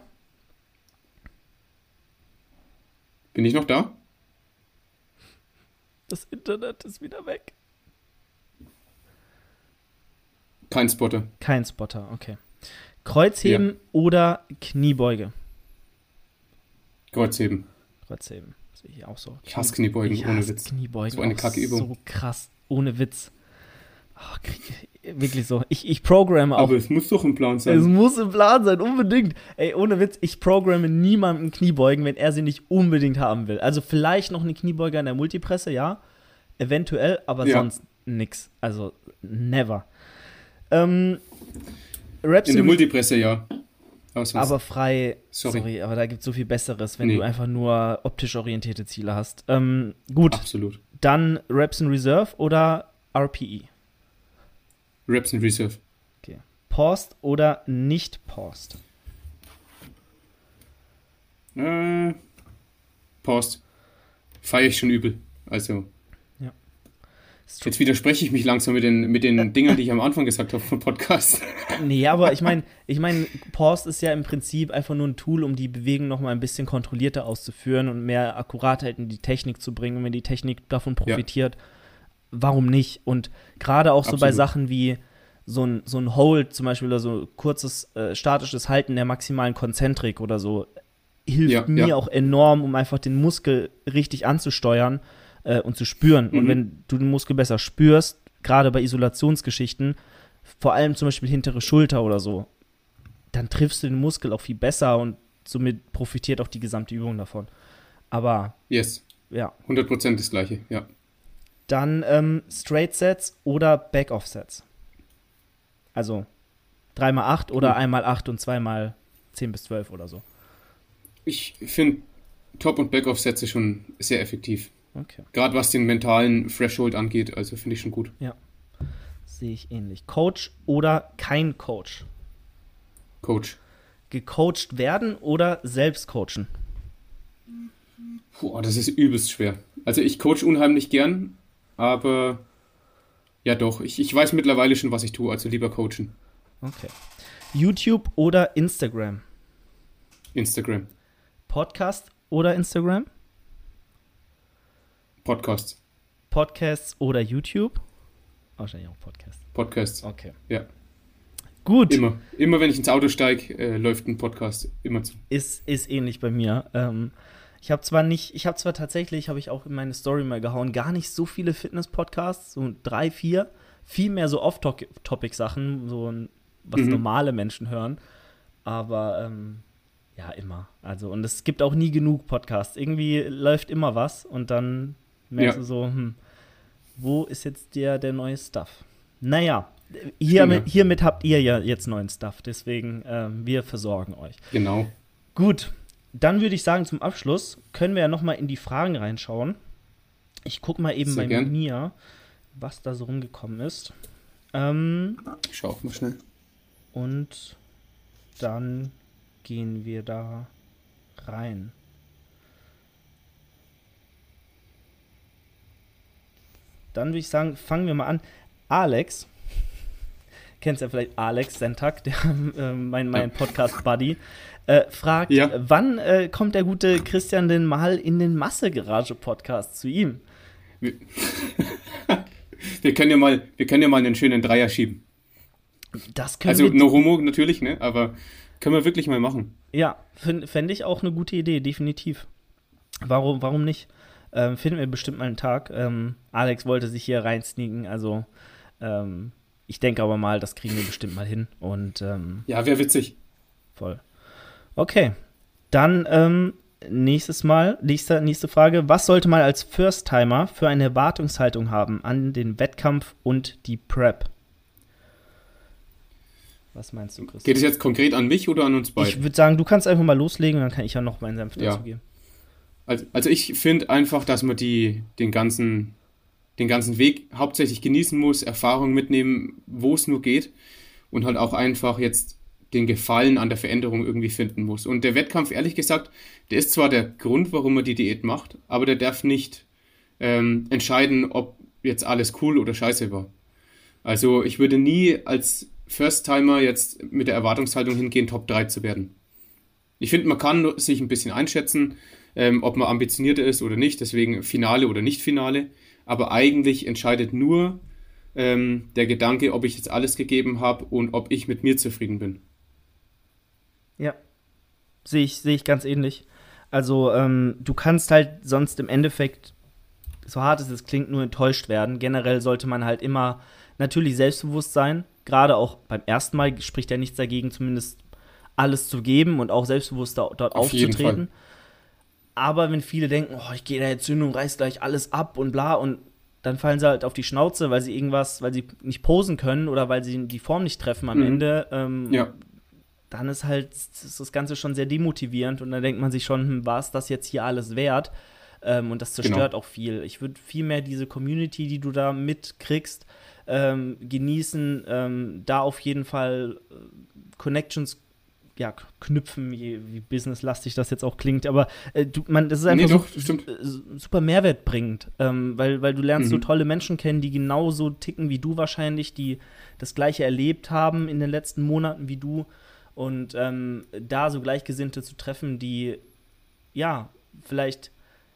Bin ich noch da? Das Internet ist wieder weg. Kein Spotter. Kein Spotter, okay. Kreuzheben Ja. oder Kniebeuge? Kreuzheben. Kreuzheben. Sehe ich auch so. Ich hasse Kniebeugen, Ich ohne hasse Witz. Kniebeugen. So eine auch Kacke-Übung. So krass, ohne Witz. Oh, krieg, wirklich so. Ich, ich programme auch. Aber es muss doch ein Plan Es sein. muss im Plan sein, unbedingt. Ey, ohne Witz, ich programme niemandem Kniebeugen, wenn er sie nicht unbedingt haben will. Also vielleicht noch eine Kniebeuge an der Multipresse, ja. Eventuell, aber Ja. sonst nix. Also never. Ähm, Reps In der in- Multipresse, ja. Aber sonst- aber frei, Sorry. sorry. aber da gibt es so viel Besseres, wenn Nee. du einfach nur optisch orientierte Ziele hast. Ähm, gut, Absolut. dann Reps in Reserve oder R P E? Reps in Reserve. Okay. Paused oder nicht paused? Äh, Post. Feiere ich schon übel. Also, Str- jetzt widerspreche ich mich langsam mit den, mit den Dingern, die ich am Anfang gesagt habe vom Podcast. Nee, aber ich meine, ich mein, Paused ist ja im Prinzip einfach nur ein Tool, um die Bewegung noch mal ein bisschen kontrollierter auszuführen und mehr Akkuratheit in die Technik zu bringen. Und wenn die Technik davon profitiert, warum nicht? Und gerade auch so bei Absolut. Sachen wie so ein, so ein Hold zum Beispiel oder so kurzes äh, statisches Halten der maximalen Konzentrik oder so, hilft Ja, mir ja. auch enorm, um einfach den Muskel richtig anzusteuern äh, und zu spüren. Und Mhm. wenn du den Muskel besser spürst, gerade bei Isolationsgeschichten, vor allem zum Beispiel hintere Schulter oder so, dann triffst du den Muskel auch viel besser und somit profitiert auch die gesamte Übung davon. Aber Yes. ja, hundert Prozent das gleiche, ja. dann ähm, Straight Sets oder Back-Off Sets. Also drei mal acht oder Cool. ein mal acht und zwei mal zehn bis zwölf oder so. Ich finde Top- und Back-Off-Sätze schon sehr effektiv. Okay. Gerade was den mentalen Threshold angeht, also finde ich schon gut. Sehe ich ähnlich. Coach oder kein Coach? Coach. Gecoacht werden oder selbst coachen? Puh, das ist übelst schwer. Also ich coach unheimlich gern, aber ja doch, ich, ich weiß mittlerweile schon, was ich tue, also lieber coachen. Okay. YouTube oder Instagram? Instagram. Podcast oder Instagram? Podcasts. Podcasts oder YouTube? Wahrscheinlich auch Podcast. Podcasts. Okay. Ja. Gut. Immer. Immer wenn ich ins Auto steige, äh, läuft ein Podcast. Immer zu. Ist, ist ähnlich bei mir. Ähm, ich habe zwar nicht, ich habe zwar tatsächlich, habe ich auch in meine Story mal gehauen, gar nicht so viele Fitness-Podcasts, so drei, vier, viel mehr so Off-Topic-Sachen, so ein, was Mhm. normale Menschen hören. Aber ähm, ja, immer. Also, und es gibt auch nie genug Podcasts. Irgendwie läuft immer was und dann merkst Ja. du so, hm, wo ist jetzt der, der neue Stuff? Naja, hiermit, Stimmt, ja. hiermit habt ihr ja jetzt neuen Stuff, deswegen ähm, wir versorgen euch. Genau. Gut, dann würde ich sagen, zum Abschluss können wir ja noch mal in die Fragen reinschauen. Ich gucke mal eben Sehr bei gern. mir, was da so rumgekommen ist. Ähm, Ich schau auch mal schnell. und dann gehen wir da rein. dann würde ich sagen, fangen wir mal an. Alex, kennst ja vielleicht Alex Sentak, der, äh, mein, mein ja. Podcast-Buddy, äh, fragt, ja. wann äh, kommt der gute Christian denn mal in den Masse-Garage-Podcast zu ihm? Wir, wir, können ja mal, wir können ja mal einen schönen Dreier schieben. Das können also wir no homo natürlich, ne? Aber können wir wirklich mal machen. Ja, fände ich auch eine gute Idee, definitiv. Warum, warum nicht? Ähm, finden wir bestimmt mal einen Tag. Ähm, Alex wollte sich hier reinsneaken, also ähm, ich denke aber mal, das kriegen wir bestimmt mal hin. Und, ähm, ja, wäre witzig. Voll. Okay, dann ähm, nächstes Mal, nächste, nächste Frage. Was sollte man als First-Timer für eine Erwartungshaltung haben an den Wettkampf und die Prep? Was meinst du, Christian? Geht es jetzt konkret an mich oder an uns beide? Ich würde sagen, du kannst einfach mal loslegen und dann kann ich ja noch meinen Senf dazu ja. geben. Also, also ich finde einfach, dass man die, den, ganzen, den ganzen Weg hauptsächlich genießen muss, Erfahrung mitnehmen, wo es nur geht und halt auch einfach jetzt den Gefallen an der Veränderung irgendwie finden muss. Und der Wettkampf, ehrlich gesagt, der ist zwar der Grund, warum man die Diät macht, aber der darf nicht ähm, entscheiden, ob jetzt alles cool oder scheiße war. Also ich würde nie als First-Timer jetzt mit der Erwartungshaltung hingehen, Top drei zu werden. Ich finde, man kann sich ein bisschen einschätzen, ähm, ob man ambitionierter ist oder nicht, deswegen Finale oder nicht Finale, aber eigentlich entscheidet nur ähm, der Gedanke, ob ich jetzt alles gegeben habe und ob ich mit mir zufrieden bin. Ja, sehe ich, sehe ich ganz ähnlich. Also ähm, du kannst halt sonst im Endeffekt, so hart es ist, klingt, nur enttäuscht werden. Generell sollte man halt immer natürlich selbstbewusst sein, gerade auch beim ersten Mal spricht ja nichts dagegen, zumindest alles zu geben und auch selbstbewusst da, dort Auf jeden aufzutreten. Fall. Aber wenn viele denken, oh, ich gehe da jetzt hin und reiß gleich alles ab und bla, und dann fallen sie halt auf die Schnauze, weil sie irgendwas, weil sie nicht posen können oder weil sie die Form nicht treffen am mhm. Ende, ähm, ja. dann ist halt ist das Ganze schon sehr demotivierend und dann denkt man sich schon, hm, war es das jetzt hier alles wert? Ähm, und das zerstört genau. auch viel. Ich würde viel mehr diese Community, die du da mitkriegst, ähm, genießen, ähm, da auf jeden Fall äh, Connections ja, knüpfen, wie, wie businesslastig das jetzt auch klingt, aber äh, du, man, das ist einfach nee, doch, so, äh, super Mehrwert bringt, ähm, weil, weil du lernst mhm. so tolle Menschen kennen, die genauso ticken wie du wahrscheinlich, die das Gleiche erlebt haben in den letzten Monaten wie du, und ähm, da so Gleichgesinnte zu treffen, die ja, vielleicht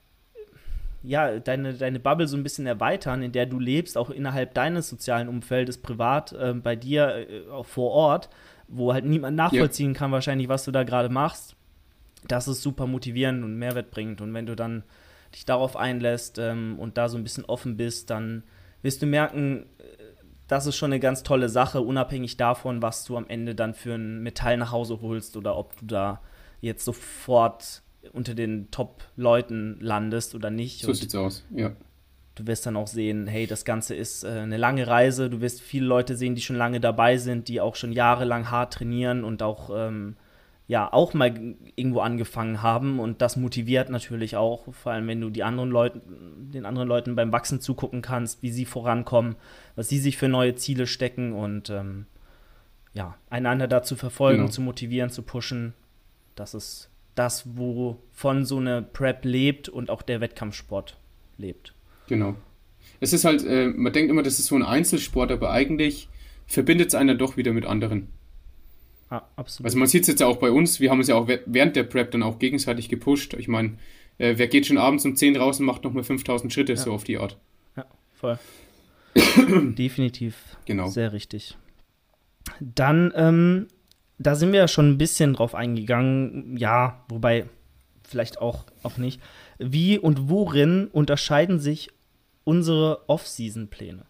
ja, deine, deine Bubble so ein bisschen erweitern, in der du lebst, auch innerhalb deines sozialen Umfeldes, privat, äh, bei dir, äh, auch vor Ort, wo halt niemand nachvollziehen ja. kann wahrscheinlich, was du da gerade machst. Das ist super motivierend und Mehrwert bringt. Und wenn du dann dich darauf einlässt ähm, und da so ein bisschen offen bist, dann wirst du merken, das ist schon eine ganz tolle Sache, unabhängig davon, was du am Ende dann für ein Metall nach Hause holst oder ob du da jetzt sofort unter den Top-Leuten landest oder nicht. So und sieht's aus, ja. Du wirst dann auch sehen, hey, das Ganze ist äh, eine lange Reise. Du wirst viele Leute sehen, die schon lange dabei sind, die auch schon jahrelang hart trainieren und auch, ähm, ja, auch mal irgendwo angefangen haben. Und das motiviert natürlich auch, vor allem wenn du die anderen Leuten, den anderen Leuten beim Wachsen zugucken kannst, wie sie vorankommen, was sie sich für neue Ziele stecken und ähm, ja, einander dazu verfolgen, genau. zu motivieren, zu pushen. Das ist das, wovon so eine Prep lebt und auch der Wettkampfsport lebt. Genau. Es ist halt, äh, man denkt immer, das ist so ein Einzelsport, aber eigentlich verbindet es einen doch wieder mit anderen. Ah, absolut. Also man sieht es jetzt ja auch bei uns, wir haben uns ja auch während der Prep dann auch gegenseitig gepusht. Ich meine, äh, wer geht schon abends um zehn raus und macht nochmal fünftausend Schritte, ja. so auf die Art. Ja, voll. Definitiv. Genau. Sehr richtig. Dann, ähm, da sind wir ja schon ein bisschen drauf eingegangen, ja, wobei vielleicht auch, auch nicht. Wie und worin unterscheiden sich unsere Off-Season-Pläne?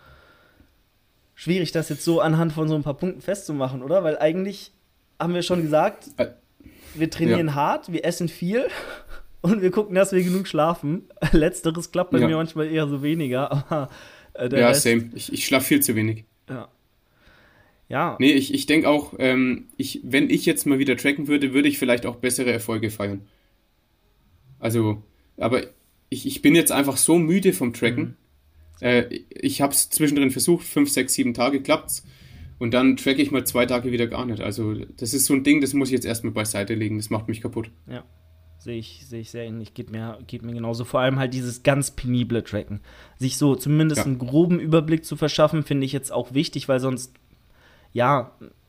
Schwierig, das jetzt so anhand von so ein paar Punkten festzumachen, oder? Weil eigentlich haben wir schon gesagt, wir trainieren ja. hart, wir essen viel und wir gucken, dass wir genug schlafen. Letzteres klappt bei ja. mir manchmal eher so weniger, aber äh, der Ja, Rest, same. Ich, ich schlafe viel zu wenig. Ja. Ja. Nee, ich, ich denke auch, ähm, ich, wenn ich jetzt mal wieder tracken würde, würde ich vielleicht auch bessere Erfolge feiern. Also, aber ich, ich bin jetzt einfach so müde vom Tracken. Mhm. Äh, ich habe es zwischendrin versucht, fünf, sechs, sieben Tage klappt's. Und dann tracke ich mal zwei Tage wieder gar nicht. Also das ist so ein Ding, das muss ich jetzt erstmal beiseite legen. Das macht mich kaputt. Ja, sehe ich, sehe ich sehr ähnlich. Geht mir, geht mir genauso. Vor allem halt dieses ganz penible Tracken. Sich so zumindest ja. einen groben Überblick zu verschaffen, finde ich jetzt auch wichtig, weil sonst, ja,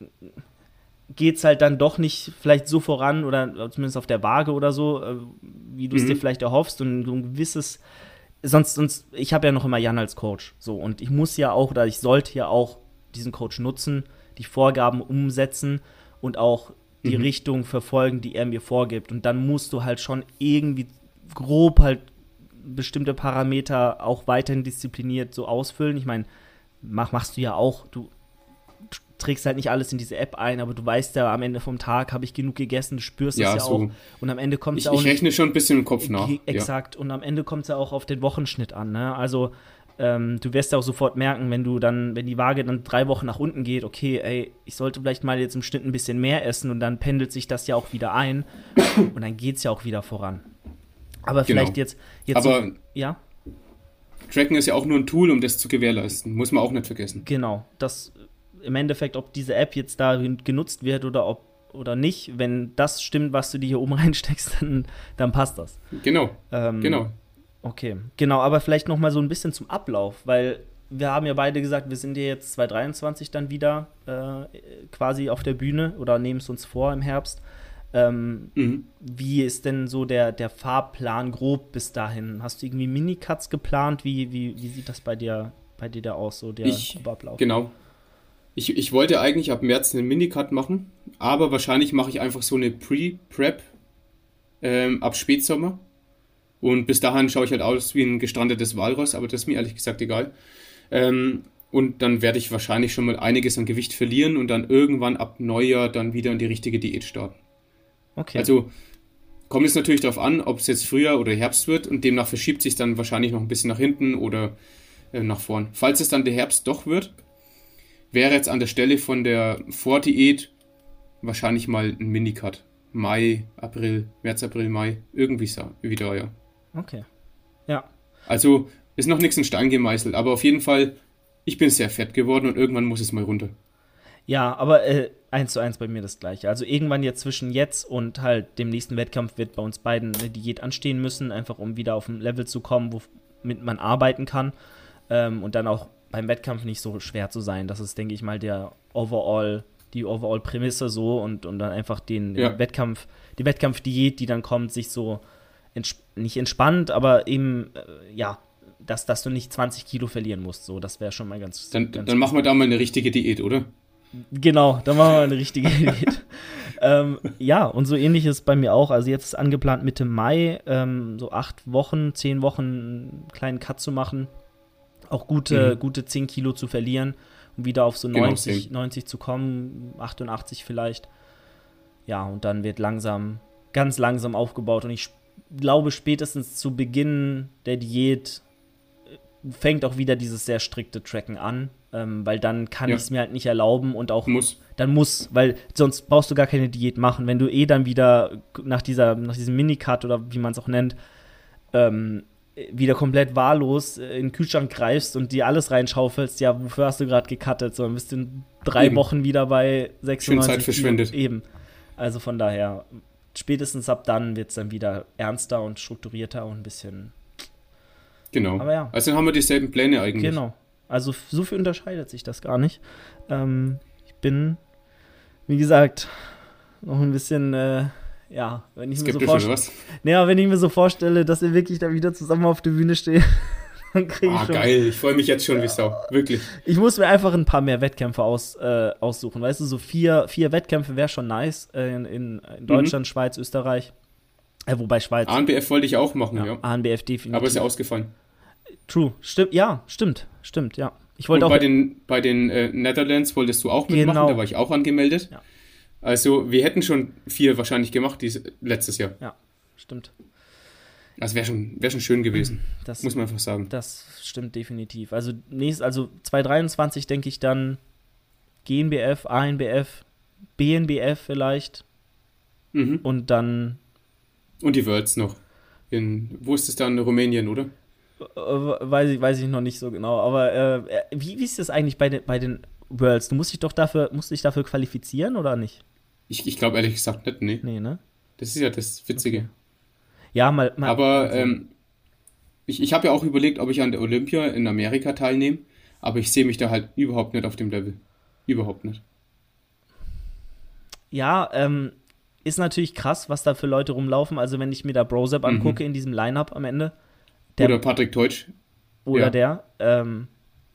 geht's halt dann doch nicht vielleicht so voran oder zumindest auf der Waage oder so, wie du es mhm. dir vielleicht erhoffst und so ein gewisses, sonst, sonst ich habe ja noch immer Jan als Coach, so, und ich muss ja auch, oder ich sollte ja auch diesen Coach nutzen, die Vorgaben umsetzen und auch die mhm. Richtung verfolgen, die er mir vorgibt, und dann musst du halt schon irgendwie grob halt bestimmte Parameter auch weiterhin diszipliniert so ausfüllen. Ich meine, mach, machst du ja auch, du trägst halt nicht alles in diese App ein, aber du weißt ja, am Ende vom Tag habe ich genug gegessen, du spürst ja, es ja so. auch. Und am Ende kommt es ja auch. Ich rechne schon ein bisschen im Kopf nach. Exakt. Ja. Und am Ende kommt es ja auch auf den Wochenschnitt an. Ne? Also, ähm, du wirst ja auch sofort merken, wenn du dann, wenn die Waage dann drei Wochen nach unten geht, okay, ey, ich sollte vielleicht mal jetzt im Schnitt ein bisschen mehr essen, und dann pendelt sich das ja auch wieder ein. Und dann geht es ja auch wieder voran. Aber genau. vielleicht jetzt. jetzt aber so, ja? Tracken ist ja auch nur ein Tool, um das zu gewährleisten. Muss man auch nicht vergessen. Genau. Das. Im Endeffekt, ob diese App jetzt da genutzt wird oder ob oder nicht, wenn das stimmt, was du dir hier oben reinsteckst, dann, dann passt das. Genau, ähm, genau. Okay, genau, aber vielleicht noch mal so ein bisschen zum Ablauf, weil wir haben ja beide gesagt, wir sind ja jetzt zwanzig dreiundzwanzig dann wieder äh, quasi auf der Bühne oder nehmen es uns vor im Herbst. Ähm, mhm. Wie ist denn so der, der Fahrplan grob bis dahin? Hast du irgendwie Minicuts geplant? Wie, wie, wie sieht das bei dir, bei dir da aus, so der ich, Ablauf? Genau. Ich, ich wollte eigentlich ab März einen Minicut machen, aber wahrscheinlich mache ich einfach so eine Pre-Prep ähm, ab Spätsommer. Und bis dahin schaue ich halt aus wie ein gestrandetes Walross, aber das ist mir ehrlich gesagt egal. Ähm, und dann werde ich wahrscheinlich schon mal einiges an Gewicht verlieren und dann irgendwann ab Neujahr dann wieder in die richtige Diät starten. Okay. Also kommt es natürlich darauf an, ob es jetzt Frühjahr oder Herbst wird, und demnach verschiebt sich dann wahrscheinlich noch ein bisschen nach hinten oder äh, nach vorn. Falls es dann der Herbst doch wird, wäre jetzt an der Stelle von der Vordiät wahrscheinlich mal ein Minicut. Mai, April, März, April, Mai, irgendwie so, wieder, ja. Okay, ja. Also ist noch nichts in Stein gemeißelt, aber auf jeden Fall, ich bin sehr fett geworden und irgendwann muss es mal runter. Ja, aber äh, eins zu eins bei mir das Gleiche. Also irgendwann jetzt zwischen jetzt und halt dem nächsten Wettkampf wird bei uns beiden eine Diät anstehen müssen, einfach um wieder auf ein Level zu kommen, womit man arbeiten kann, ähm, und dann auch beim Wettkampf nicht so schwer zu sein. Das ist, denke ich mal, der Overall, die Overall-Prämisse so, und, und dann einfach den, ja. den Wettkampf, die Wettkampfdiät, die dann kommt, sich so ents- nicht entspannt, aber eben, äh, ja, dass, dass du nicht zwanzig Kilo verlieren musst. So, das wäre schon mal ganz. Dann, ganz dann machen wir da mal eine richtige Diät, oder? Genau, dann machen wir eine richtige Diät. ähm, ja, und so ähnlich ist es bei mir auch. Also jetzt ist angeplant Mitte Mai, ähm, so acht Wochen, zehn Wochen einen kleinen Cut zu machen. Auch gute, mhm. gute zehn Kilo zu verlieren und wieder auf so neunzig, genau, neunzig zu kommen, achtundachtzig vielleicht. Ja, und dann wird langsam, ganz langsam aufgebaut. Und ich glaube, spätestens zu Beginn der Diät fängt auch wieder dieses sehr strikte Tracken an, ähm, weil dann kann ja. ich es mir halt nicht erlauben und auch muss. Dann muss, weil sonst brauchst du gar keine Diät machen. Wenn du eh dann wieder nach dieser, nach diesem Minicut oder wie man es auch nennt, ähm, wieder komplett wahllos in den Kühlschrank greifst und dir alles reinschaufelst, ja, wofür hast du gerade gecuttet? So, dann bist du in drei Eben. Wochen wieder bei sechsundneunzig Schön Zeit verschwendet. Kilo. Eben. Also von daher, spätestens ab dann wird es dann wieder ernster und strukturierter und ein bisschen. Genau. Aber ja. Also dann haben wir dieselben Pläne eigentlich. Genau. Also so viel unterscheidet sich das gar nicht. Ähm, ich bin, wie gesagt, noch ein bisschen. Äh, Ja, wenn ich, mir so vorst- naja, wenn ich mir so vorstelle, dass wir wirklich da wieder zusammen auf der Bühne stehen, dann kriege ich ah, schon... geil, ich freue mich jetzt schon wie Sau, wirklich. Ich muss mir einfach ein paar mehr Wettkämpfe aus, äh, aussuchen, weißt du, so vier, vier Wettkämpfe wäre schon nice äh, in, in, in Deutschland, mhm. Schweiz, Österreich, äh, wobei Schweiz... A N B F wollte ich auch machen, ja. ja. A N B F definitiv. Aber ist ja ausgefallen. True, stimmt, ja, stimmt, stimmt, ja. Ich wollte Und auch bei den, bei den äh, Netherlands wolltest du auch mitmachen, genau. Da war ich auch angemeldet. Ja. Also, wir hätten schon vier wahrscheinlich gemacht dieses, letztes Jahr. Ja, stimmt. Das wäre schon, wär schon schön gewesen, das, muss man einfach sagen. Das stimmt definitiv. Also, nächst, also zwanzig dreiundzwanzig denke ich dann G N B F, A N B F, B N B F vielleicht. Mhm. Und dann... Und die Worlds noch. In, wo ist es dann? Rumänien, oder? Weiß ich, weiß ich noch nicht so genau. Aber äh, wie, wie ist das eigentlich bei den, bei den Worlds? Du musst dich doch dafür, musst dich dafür qualifizieren, oder nicht? Ich, ich glaube ehrlich gesagt nicht, nee. Nee, ne? Das ist ja das Witzige. Okay. Ja, mal. mal aber ähm, ich, ich habe ja auch überlegt, ob ich an der Olympia in Amerika teilnehme, aber ich sehe mich da halt überhaupt nicht auf dem Level. Überhaupt nicht. Ja, ähm, ist natürlich krass, was da für Leute rumlaufen. Also wenn ich mir da Brosep angucke Mhm. in diesem Line-Up am Ende. Der, Oder Patrick Teutsch. oder Ja. der, ähm,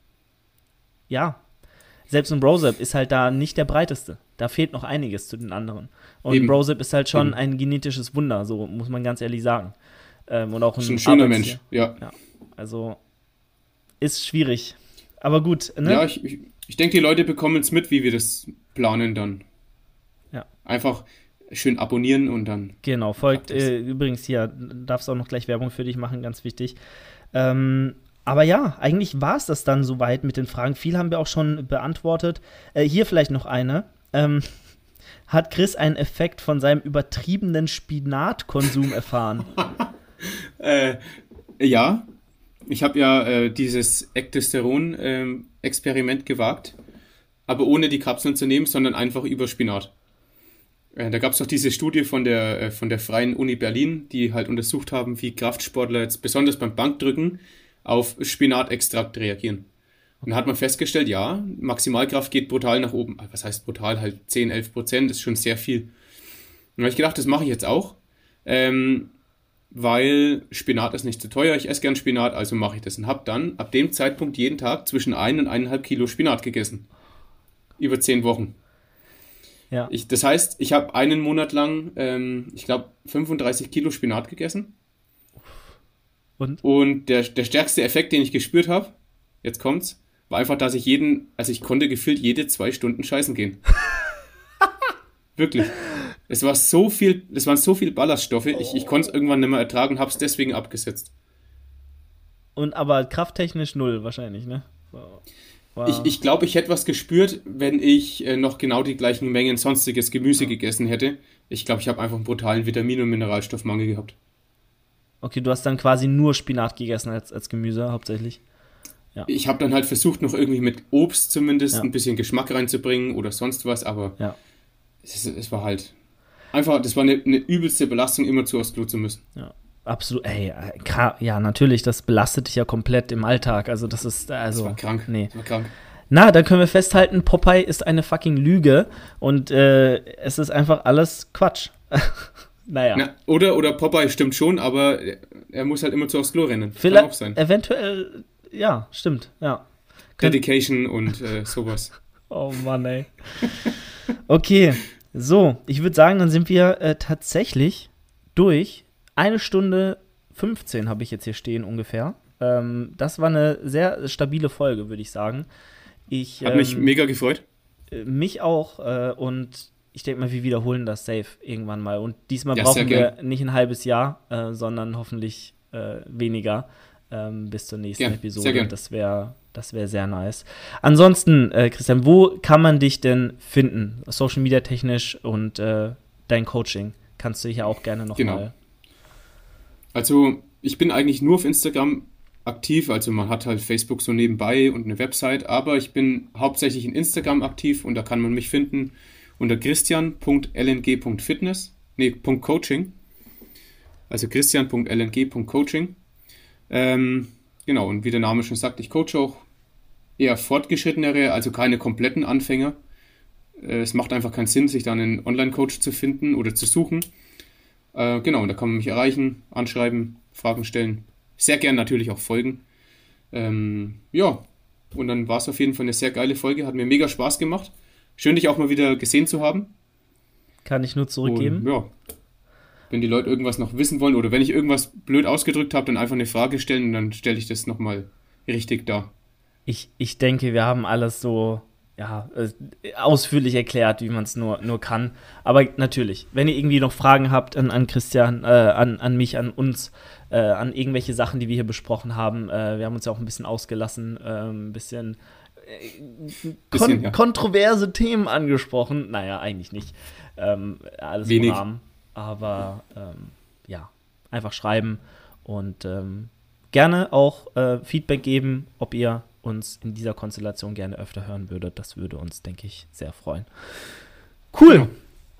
ja, selbst ein Brosep ist halt da nicht der breiteste. Da fehlt noch einiges zu den anderen. Und Eben. Brosep ist halt schon Eben. ein genetisches Wunder, so muss man ganz ehrlich sagen. Ähm, und auch ein, Ist ein schöner Arbeitstier. Mensch, ja. Ja, also ist schwierig. Aber gut, ne? Ja, ich, ich, ich denke, die Leute bekommen es mit, wie wir das planen dann. Ja. Einfach schön abonnieren und dann. Genau, folgt klappt das. äh, übrigens hier, darfst auch noch gleich Werbung für dich machen, ganz wichtig. Ähm, aber ja, eigentlich war es das dann soweit mit den Fragen. Viel haben wir auch schon beantwortet. Äh, hier vielleicht noch eine. Ähm, hat Chris einen Effekt von seinem übertriebenen Spinatkonsum erfahren? Äh, ja, ich habe ja äh, dieses Ektosteron-Experiment gewagt, aber ohne die Kapseln zu nehmen, sondern einfach über Spinat. Äh, da gab es doch diese Studie von der, äh, von der Freien Uni Berlin, die halt untersucht haben, wie Kraftsportler jetzt besonders beim Bankdrücken auf Spinatextrakt reagieren. Und da hat man festgestellt, ja, Maximalkraft geht brutal nach oben. Was heißt brutal? Halt zehn, elf Prozent, ist schon sehr viel. Und da habe ich gedacht, das mache ich jetzt auch. Ähm, weil Spinat ist nicht zu teuer, ich esse gern Spinat, also mache ich das. Und habe dann ab dem Zeitpunkt jeden Tag zwischen ein und eineinhalb Kilo Spinat gegessen. Über zehn Wochen. Ja. Ich, das heißt, ich habe einen Monat lang, ähm, ich glaube, fünfunddreißig Kilo Spinat gegessen. Und? Und der, der stärkste Effekt, den ich gespürt habe, jetzt kommt's, war einfach, dass ich jeden, also ich konnte gefühlt jede zwei Stunden scheißen gehen. Wirklich. Es war so viel, es waren so viel Ballaststoffe, ich, ich konnte es irgendwann nicht mehr ertragen und habe es deswegen abgesetzt. Und aber krafttechnisch null wahrscheinlich, ne? War, war Ich, ich glaube, ich hätte was gespürt, wenn ich äh, noch genau die gleichen Mengen sonstiges Gemüse gegessen hätte. Ich glaube, ich habe einfach einen brutalen Vitamin- und Mineralstoffmangel gehabt. Okay, du hast dann quasi nur Spinat gegessen als, als Gemüse hauptsächlich. Ja. Ich habe dann halt versucht, noch irgendwie mit Obst zumindest Ja. ein bisschen Geschmack reinzubringen oder sonst was, aber Ja. es, es war halt einfach, das war eine, eine übelste Belastung, immer zu aufs Klo zu müssen. Ja, absolut. Ey, äh, kra- ja, natürlich, das belastet dich ja komplett im Alltag. Also, das ist, also. Das war krank. Nee. Das war krank. Na, dann können wir festhalten, Popeye ist eine fucking Lüge und äh, es ist einfach alles Quatsch. Naja. Na, oder, oder Popeye stimmt schon, aber er, er muss halt immer zu aufs Klo rennen. Kann Vielleicht, auch sein. eventuell, ja, stimmt, ja. Könnt- Dedication und äh, sowas. Oh Mann, ey. Okay, so, ich würde sagen, dann sind wir äh, tatsächlich durch. Eine Stunde fünfzehn habe ich jetzt hier stehen ungefähr. Ähm, das war eine sehr stabile Folge, würde ich sagen. Ich, Hat mich ähm, mega gefreut. äh, mich auch äh, und ich denke mal, wir wiederholen das safe irgendwann mal. Und diesmal Ja, sehr brauchen wir gern. nicht ein halbes Jahr, äh, sondern hoffentlich äh, weniger ähm, bis zur nächsten Gern, Episode. sehr gern. Das wäre das wär sehr nice. Ansonsten, äh, Christian, wo kann man dich denn finden? Social Media technisch und äh, dein Coaching kannst du hier auch gerne noch Genau. mal. Also, ich bin eigentlich nur auf Instagram aktiv, also man hat halt Facebook so nebenbei und eine Website, aber ich bin hauptsächlich in Instagram aktiv und da kann man mich finden unter christian punkt l n g punkt fitness, nee, Punkt .coaching, also christian punkt l n g punkt coaching. Ähm, genau, und wie der Name schon sagt, ich coache auch eher fortgeschrittenere, also keine kompletten Anfänger. Äh, es macht einfach keinen Sinn, sich dann einen Online-Coach zu finden oder zu suchen. Äh, genau, und da kann man mich erreichen, anschreiben, Fragen stellen. Sehr gern natürlich auch folgen. Ähm, ja, und dann war es auf jeden Fall eine sehr geile Folge, hat mir mega Spaß gemacht. Schön, dich auch mal wieder gesehen zu haben. Kann ich nur zurückgeben. Und, ja, wenn die Leute irgendwas noch wissen wollen oder wenn ich irgendwas blöd ausgedrückt habe, dann einfach eine Frage stellen und dann stelle ich das nochmal richtig dar. Ich, ich denke, wir haben alles so ja, äh, ausführlich erklärt, wie man es nur, nur kann. Aber natürlich, wenn ihr irgendwie noch Fragen habt an, an Christian, äh, an, an mich, an uns, äh, an irgendwelche Sachen, die wir hier besprochen haben, äh, wir haben uns ja auch ein bisschen ausgelassen, äh, ein bisschen, äh, kon- Bisschen, ja. kontroverse Themen angesprochen. Naja, eigentlich nicht. Ähm, alles Wenig. im Rahmen. Aber ähm, ja, einfach schreiben und ähm, gerne auch äh, Feedback geben, ob ihr uns in dieser Konstellation gerne öfter hören würdet. Das würde uns, denke ich, sehr freuen. Cool. Genau.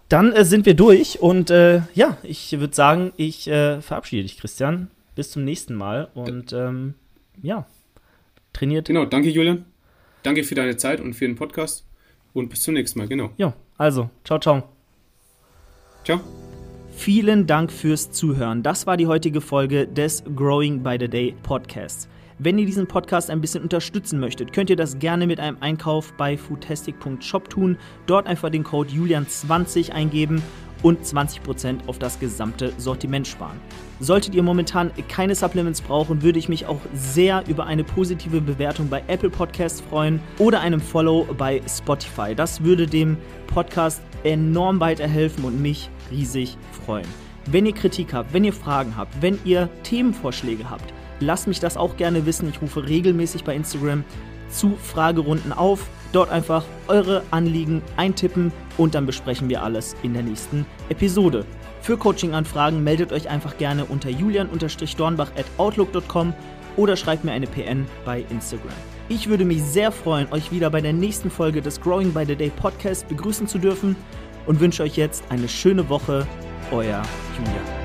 Dann äh, sind wir durch und äh, ja, ich würde sagen, ich äh, verabschiede dich, Christian. Bis zum nächsten Mal und ähm, ja, trainiert. Genau, danke Julian. Danke für deine Zeit und für den Podcast und bis zum nächsten Mal, genau. Ja, also, ciao, ciao. Ciao. Vielen Dank fürs Zuhören. Das war die heutige Folge des Growing by the Day Podcasts. Wenn ihr diesen Podcast ein bisschen unterstützen möchtet, könnt ihr das gerne mit einem Einkauf bei foodtastic punkt shop tun. Dort einfach den Code Julian zwanzig eingeben und zwanzig Prozent auf das gesamte Sortiment sparen. Solltet ihr momentan keine Supplements brauchen, würde ich mich auch sehr über eine positive Bewertung bei Apple Podcasts freuen oder einem Follow bei Spotify. Das würde dem Podcast enorm weiterhelfen und mich riesig freuen. Wenn ihr Kritik habt, wenn ihr Fragen habt, wenn ihr Themenvorschläge habt, lasst mich das auch gerne wissen. Ich rufe regelmäßig bei Instagram zu Fragerunden auf. Dort einfach eure Anliegen eintippen und dann besprechen wir alles in der nächsten Episode. Für Coaching-Anfragen meldet euch einfach gerne unter julian-dornbach at outlook punkt com oder schreibt mir eine P N bei Instagram. Ich würde mich sehr freuen, euch wieder bei der nächsten Folge des Growing by the Day Podcast begrüßen zu dürfen und wünsche euch jetzt eine schöne Woche. Euer Julian.